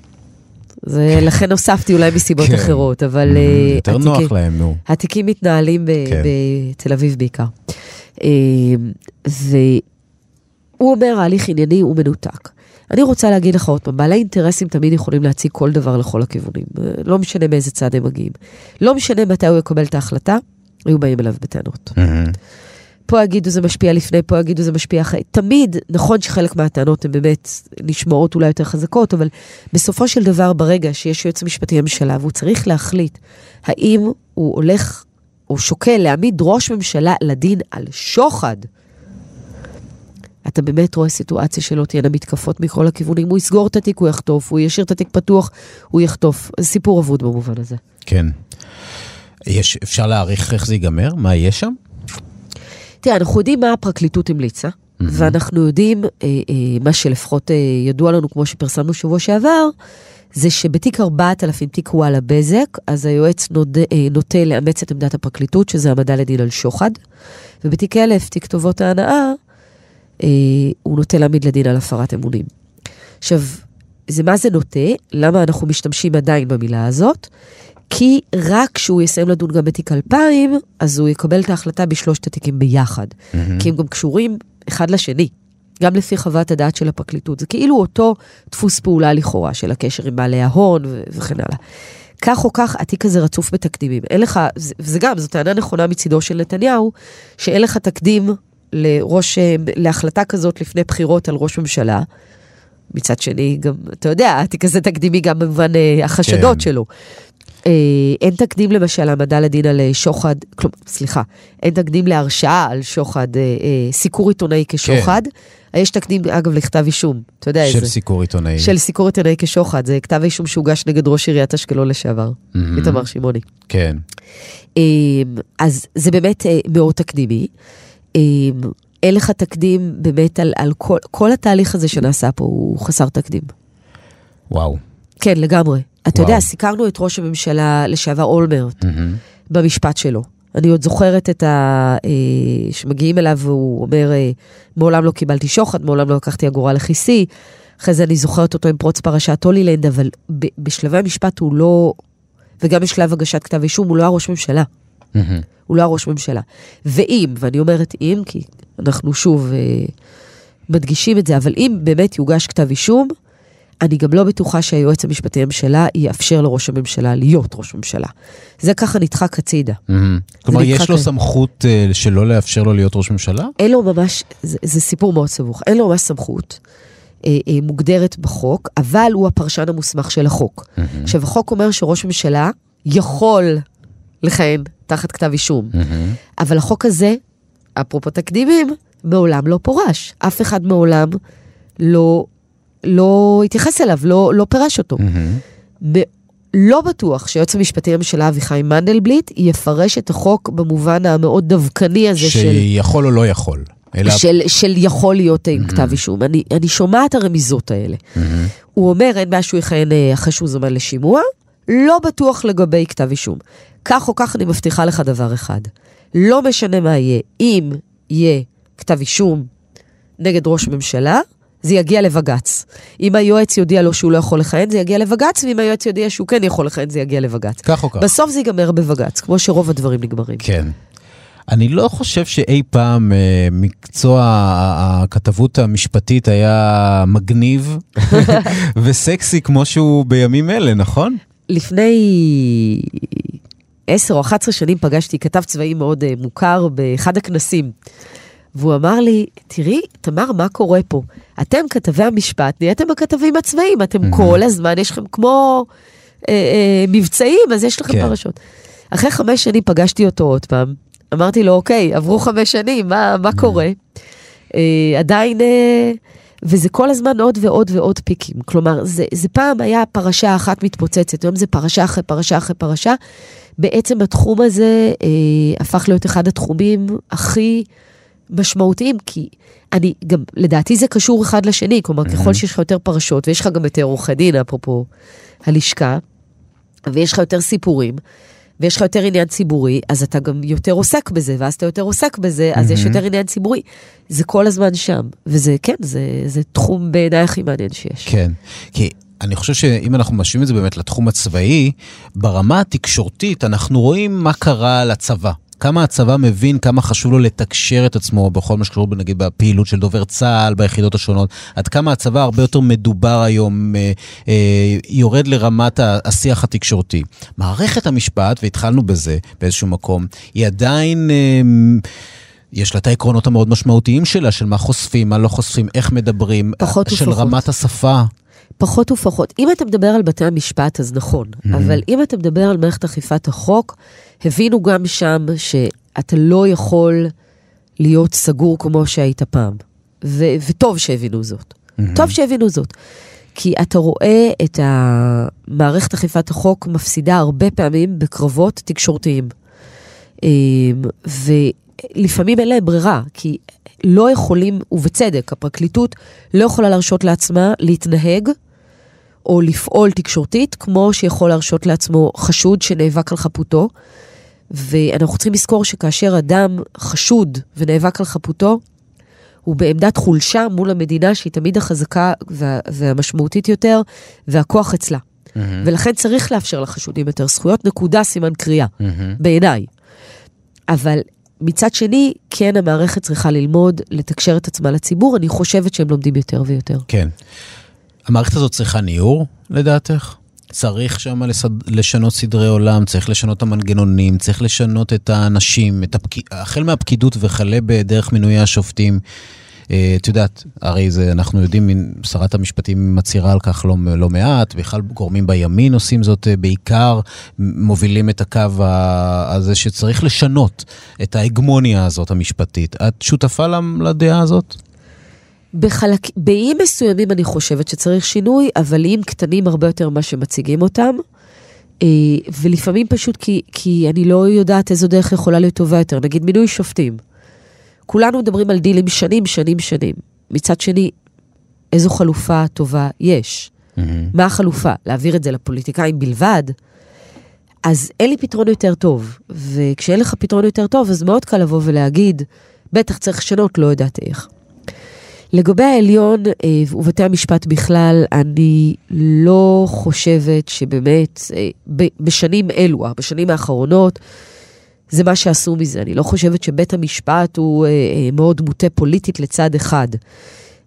זה, לכן הוספתי אולי מסיבות כן. אחרות, אבל... Mm-hmm. יותר התיקים, נוח להם, נו. התיקים מתנהלים ב, כן. בתל אביב בעיקר. והוא אומר, ההליך ענייני הוא מנותק. אני רוצה להגיד לך עוד פעם, בעלי אינטרסים תמיד יכולים להציג כל דבר לכל הכיוונים. לא משנה מאיזה צד הם מגיעים. לא משנה מתי הוא יקבל את ההחלטה, היו באים אליו בטענות. פה יגידו זה משפיע לפני, פה יגידו זה משפיע אחרי. תמיד, נכון שחלק מהטענות הן באמת נשמעות אולי יותר חזקות, אבל בסופו של דבר, ברגע שיש יועץ משפטי לממשלה, והוא צריך להחליט האם הוא הולך הוא שוקל להעמיד ראש ממשלה לדין על שוחד, אתה באמת רואה סיטואציה שלא תהיינה מתקפות מכל הכיוונים, הוא יסגור את התיק, הוא יחטוף, הוא ישאיר את התיק פתוח, הוא יחטוף. זה סיפור אבוד במובן הזה. כן. יש, אפשר להעריך איך זה ייגמר? מה יש שם? תראה, אנחנו יודעים מה הפרקליטות המליצה, mm-hmm. ואנחנו יודעים, אה, אה, מה שלפחות אה, ידוע לנו, כמו שפרסמנו שבוע שעבר, זה שבתיק ארבעת אלפים תיק וואלה בזק, אז היועץ נוד, אה, נוטה לאמץ את עמדת הפרקליטות, שזה העמדה לדין על שוחד, ובתיק אלף, תיק טובות ההנאה, אה, הוא נוטה להעמיד לדין על הפרת אמונים. עכשיו, זה מה זה נוטה? למה אנחנו משתמשים עדיין במילה הזאת? כי רק כשהוא יסיים לדון גם בתיק אלפיים, אז הוא יקבל את ההחלטה בשלושת התיקים ביחד. Mm-hmm. כי הם גם קשורים אחד לשני. גם לפי חוות הדעת של הפרקליטות. זה כאילו אותו דפוס פעולה לכאורה של הקשר עם בעלי ההון ו- וכן הלאה. כך או כך, התיק הזה רצוף בתקדימים. אין לך, וזה גם, זו טענה נכונה מצידו של נתניהו, שאין לך תקדים לראש, להחלטה כזאת לפני בחירות על ראש ממשלה. מצד שני, גם, אתה יודע, התיק הזה תקדימי גם במובן החשדות כן. שלו. אין תקדים למשל העמדה לדין על שוחד, כלומר, סליחה, אין תקדים להרשעה על שוחד, סיקור עיתונאי כשוחד, כן. יש תקדים, אגב, לכתב אישום, אתה יודע איזה. של סיקור עיתונאי. של סיקור עיתונאי כשוחד, זה כתב אישום שהוגש נגד ראש עיריית אשקלון לשעבר, mm-hmm. איתמר שמעוני. כן. אז זה באמת מאוד תקדימי. אין לך תקדים באמת על, על כל, כל התהליך הזה שנעשה פה, הוא חסר תקדים. וואו. כן, לגמרי. אתה יודע, סיקרנו את ראש הממשלה לשעבר אולמרט, במשפט שלו. אני עוד זוכרת את ה... שמגיעים אליו, והוא אומר, מעולם לא קיבלתי שוחד, מעולם לא לקחתי אגורה לכיסי, אחרי זה אני זוכרת אותו עם פרוץ פרשת הולילנד, אבל בשלבי המשפט הוא לא, וגם בשלב הגשת כתב אישום, הוא לא הראש ממשלה. הוא לא הראש ממשלה. ואם, ואני אומרת אם, כי אנחנו שוב מדגישים את זה, אבל אם באמת יוגש כתב אישום, אני גם לא בטוחה שהיועץ המשפטי הממשלה יאפשר לראש הממשלה להיות ראש ממשלה. זה ככה נדחק הצידה. כלומר, יש לו סמכות שלא לאפשר לו להיות ראש ממשלה? אין לו ממש, זה סיפור מאוד סבוך, אין לו ממש סמכות מוגדרת בחוק, אבל הוא הפרשן המוסמך של החוק. עכשיו, החוק אומר שראש ממשלה יכול לכהן תחת כתב אישום, אבל החוק הזה, אפרופו תקדימים, מעולם לא פורש. אף אחד מעולם לא לא התייחס אליו, לא, לא פירש אותו. Mm-hmm. לא בטוח שהיועץ המשפטי הממשלה אביחי מנדלבליט יפרש את החוק במובן המאוד דווקני הזה של... שיכול או לא יכול. אלא... של, של יכול להיות mm-hmm. כתב אישום. אני, אני שומעת הרמיזות האלה. Mm-hmm. הוא אומר, אין בעיה שהוא יכהן אחרי שהוא זמן לשימוע, לא בטוח לגבי כתב אישום. כך או כך אני מבטיחה לך דבר אחד. לא משנה מה יהיה. אם יהיה כתב אישום נגד ראש ממשלה, זה יגיע לבגץ. אם היועץ יודיע לו שהוא לא יכול לכהן, זה יגיע לבגץ, ואם היועץ יודיע שהוא כן יכול לכהן, זה יגיע לבגץ. כך או כך. בסוף זה ייגמר בבגץ, כמו שרוב הדברים נגמרים. כן. אני לא חושב שאי פעם אה, מקצוע הכתבות המשפטית היה מגניב וסקסי כמו שהוא בימים אלה, נכון? לפני עשר או אחת עשרה שנים פגשתי כתב צבאי מאוד אה, מוכר באחד הכנסים. והוא אמר לי, תראי, תמר, מה קורה פה? אתם כתבי המשפט, נהייתם הכתבים הצבאיים, אתם כל הזמן, יש לכם כמו אה, אה, מבצעים, אז יש לכם כן. פרשות. אחרי חמש שנים פגשתי אותו עוד פעם, אמרתי לו, אוקיי, עברו חמש שנים, מה, מה קורה? אה, עדיין, אה, וזה כל הזמן עוד ועוד ועוד פיקים. כלומר, זה, זה פעם היה פרשה אחת מתפוצצת, היום זה פרשה אחרי פרשה אחרי פרשה. בעצם התחום הזה אה, הפך להיות אחד התחומים הכי משמעותיים, כי אני גם, לדעתי זה קשור אחד לשני, כלומר, ככל שיש לך יותר פרשות, ויש לך גם יותר עורכי דין, אפרופו הלשכה, ויש לך יותר סיפורים, ויש לך יותר עניין ציבורי, אז אתה גם יותר עוסק בזה, ואז אתה יותר עוסק בזה, אז יש יותר עניין ציבורי. זה כל הזמן שם, וזה, כן, זה, זה תחום בעיניי הכי מעניין שיש. כן, כי אני חושב שאם אנחנו משווים את זה באמת לתחום הצבאי, ברמה התקשורתית אנחנו רואים מה קרה לצבא. כמה הצבא מבין, כמה חשוב לו לתקשר את עצמו בכל מה שקשור, נגיד, בפעילות של דובר צה"ל, ביחידות השונות, עד כמה הצבא הרבה יותר מדובר היום, אה, אה, יורד לרמת השיח התקשורתי. מערכת המשפט, והתחלנו בזה באיזשהו מקום, היא עדיין... אה, יש לה את העקרונות המאוד משמעותיים שלה, של מה חושפים, מה לא חושפים, איך מדברים, של ופחות. רמת השפה. פחות ופחות. אם אתה מדבר על בתי המשפט, אז נכון. Mm-hmm. אבל אם אתה מדבר על מערכת אכיפת החוק, הבינו גם שם שאתה לא יכול להיות סגור כמו שהיית פעם. ו- וטוב שהבינו זאת. Mm-hmm. טוב שהבינו זאת. כי אתה רואה את המערכת אכיפת החוק מפסידה הרבה פעמים בקרבות תקשורתיים. ולפעמים אין להם ברירה, כי לא יכולים, ובצדק, הפרקליטות לא יכולה להרשות לעצמה להתנהג או לפעול תקשורתית, כמו שיכול להרשות לעצמו חשוד שנאבק על חפותו, ואנחנו צריכים לזכור שכאשר אדם חשוד ונאבק על חפותו, הוא בעמדת חולשה מול המדינה שהיא תמיד החזקה וה, והמשמעותית יותר, והכוח אצלה. Mm-hmm. ולכן צריך לאפשר לחשודים יותר זכויות, נקודה סימן קריאה, mm-hmm. בעיניי. אבל מצד שני, כן המערכת צריכה ללמוד, לתקשר את עצמה לציבור, אני חושבת שהם לומדים יותר ויותר. כן. המערכת הזאת צריכה ניעור, לדעתך? צריך שם לשנות סדרי עולם, צריך לשנות את המנגנונים, צריך לשנות את האנשים, את הפק... החל מהפקידות וכלה בדרך מינוי השופטים. את יודעת, הרי זה, אנחנו יודעים, שרת המשפטים מצהירה על כך לא, לא מעט, בכלל גורמים בימין עושים זאת בעיקר, מובילים את הקו הזה שצריך לשנות את ההגמוניה הזאת המשפטית. את שותפה לדעה הזאת? בחלק, באיים מסוימים אני חושבת שצריך שינוי, אבל איים קטנים הרבה יותר מה שמציגים אותם, ולפעמים פשוט כי, כי אני לא יודעת איזו דרך יכולה להיות טובה יותר, נגיד מינוי שופטים. כולנו מדברים על דילים שנים, שנים, שנים. מצד שני, איזו חלופה טובה יש? Mm-hmm. מה החלופה? להעביר את זה לפוליטיקאים בלבד? אז אין לי פתרון יותר טוב. וכשאין לך פתרון יותר טוב, אז מאוד קל לבוא ולהגיד, בטח צריך לשנות, לא יודעת איך. לגבי העליון ובתי המשפט בכלל, אני לא חושבת שבאמת, בשנים אלו, בשנים האחרונות, זה מה שעשו מזה. אני לא חושבת שבית המשפט הוא מאוד מוטה פוליטית לצד אחד.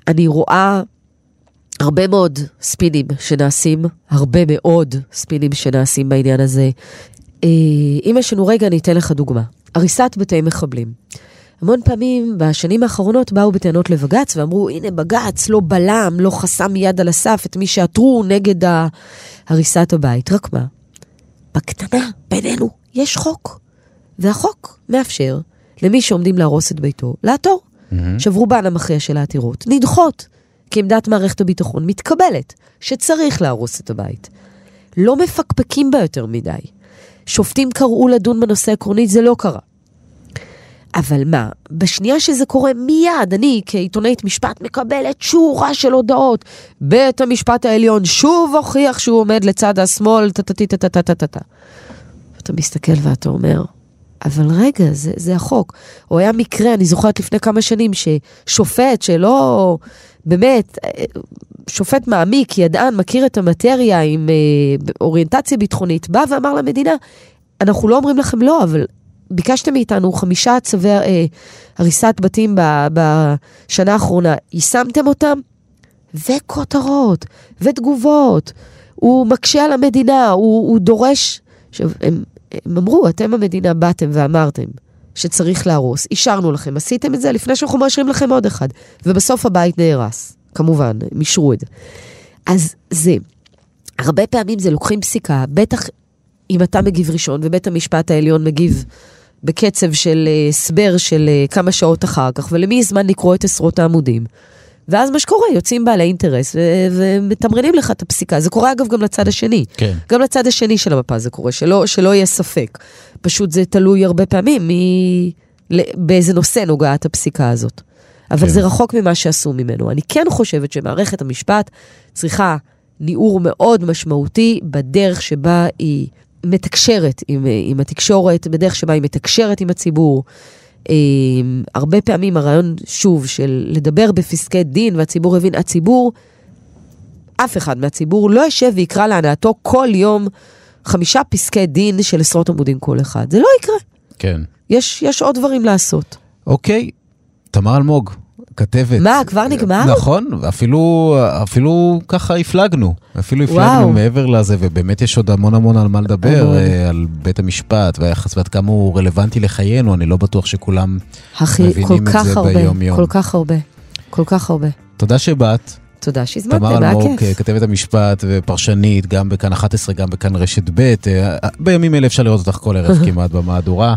אני רואה הרבה מאוד ספינים שנעשים, הרבה מאוד ספינים שנעשים בעניין הזה. אם יש לנו רגע, אני אתן לך דוגמה. הריסת בתי מחבלים. המון פעמים בשנים האחרונות באו בטענות לבגץ, ואמרו, הנה בגץ לא בלם, לא חסם יד על הסף את מי שעתרו נגד הריסת הבית. רק מה? בקטנה, בינינו, יש חוק. והחוק מאפשר למי שעומדים להרוס את ביתו, לעתור. Mm-hmm. שברו בען המכריע של העתירות, נדחות, כי עמדת מערכת הביטחון מתקבלת, שצריך להרוס את הבית. לא מפקפקים בה יותר מדי. שופטים קראו לדון בנושא עקרונית, זה לא קרה. אבל מה, בשנייה שזה קורה מיד, אני כעיתונאית משפט מקבלת שורה של הודעות. בית המשפט העליון שוב הוכיח שהוא עומד לצד השמאל, טטטטטטטטטטט. ואתה מסתכל ואתה אומר, אבל רגע, זה, זה החוק. או היה מקרה, אני זוכרת לפני כמה שנים, ששופט שלא, באמת, שופט מעמיק, ידען, מכיר את המטריה עם אה, אוריינטציה ביטחונית, בא ואמר למדינה, אנחנו לא אומרים לכם לא, אבל ביקשתם מאיתנו חמישה צווי אה, הריסת בתים ב, בשנה האחרונה, יישמתם אותם? וכותרות, ותגובות. הוא מקשה על המדינה, הוא, הוא דורש, עכשיו, הם, הם אמרו, אתם המדינה באתם ואמרתם שצריך להרוס, אישרנו לכם, עשיתם את זה לפני שאנחנו מאשרים לכם עוד אחד, ובסוף הבית נהרס, כמובן, הם אישרו את זה. אז זה, הרבה פעמים זה לוקחים פסיקה, בטח אם אתה מגיב ראשון, ובית המשפט העליון מגיב בקצב של סבר של כמה שעות אחר כך, ולמי זמן לקרוא את עשרות העמודים. ואז מה שקורה, יוצאים בעלי אינטרס, ו- ומתמרנים לך את הפסיקה. זה קורה אגב גם לצד השני. כן. גם לצד השני של המפה זה קורה, שלא, שלא יהיה ספק. פשוט זה תלוי הרבה פעמים מ- באיזה נושא נוגעת הפסיקה הזאת. אבל כן. זה רחוק ממה שעשו ממנו. אני כן חושבת שמערכת המשפט צריכה ניעור מאוד משמעותי בדרך שבה היא מתקשרת עם, עם התקשורת, בדרך שבה היא מתקשרת עם הציבור. הרבה פעמים הרעיון שוב של לדבר בפסקי דין והציבור הבין, הציבור, אף אחד מהציבור לא ישב ויקרא להנאתו כל יום חמישה פסקי דין של עשרות עמודים כל אחד. זה לא יקרה. כן. יש, יש עוד דברים לעשות. אוקיי, תמר אלמוג, כתבת. מה, כבר נגמר? נכון, אפילו, אפילו ככה הפלגנו. אפילו הפלגנו מעבר לזה, ובאמת יש עוד המון המון על מה לדבר, על בית המשפט, והיחס ועד כמה הוא רלוונטי לחיינו, אני לא בטוח שכולם מבינים את זה ביום יום. כל כך הרבה, כל כך הרבה. תודה שבאת. תודה שהזמנתם, תמר אלמוג, כתבת המשפט ופרשנית, גם בכאן אחת עשרה, גם בכאן רשת ב'. בימים אלה אפשר לראות אותך כל ערב כמעט במהדורה,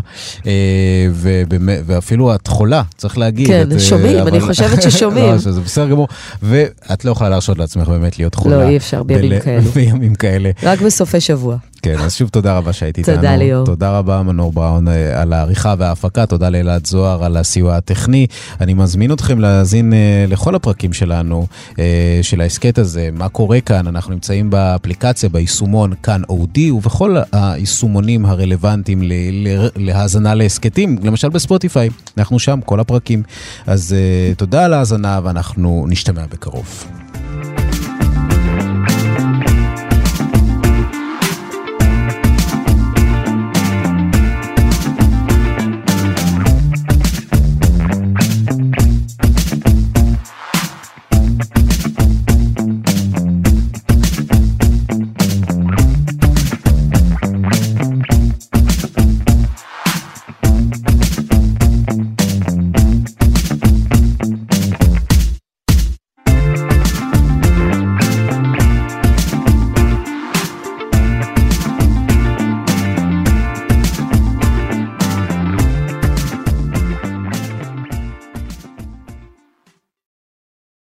ואפילו את חולה, צריך להגיד. כן, שומעים, אני חושבת ששומעים. זה בסדר גמור, ואת לא יכולה להרשות לעצמך באמת להיות חולה. לא, אי אפשר, בימים כאלה. בימים כאלה. רק בסופי שבוע. כן, אז שוב תודה רבה שהיית איתנו. תודה ליאור. תודה רבה מנור בראון על העריכה וההפקה, תודה לאלעד זוהר על הסיוע הטכני. אני מזמין אתכם להאזין לכל הפרקים שלנו, של העסקת הזה, מה קורה כאן. אנחנו נמצאים באפליקציה, ביישומון כאן אודי, ובכל היישומונים הרלוונטיים להאזנה לעסקתים, למשל בספוטיפיי. אנחנו שם, כל הפרקים. אז תודה על ההאזנה, ואנחנו נשתמע בקרוב.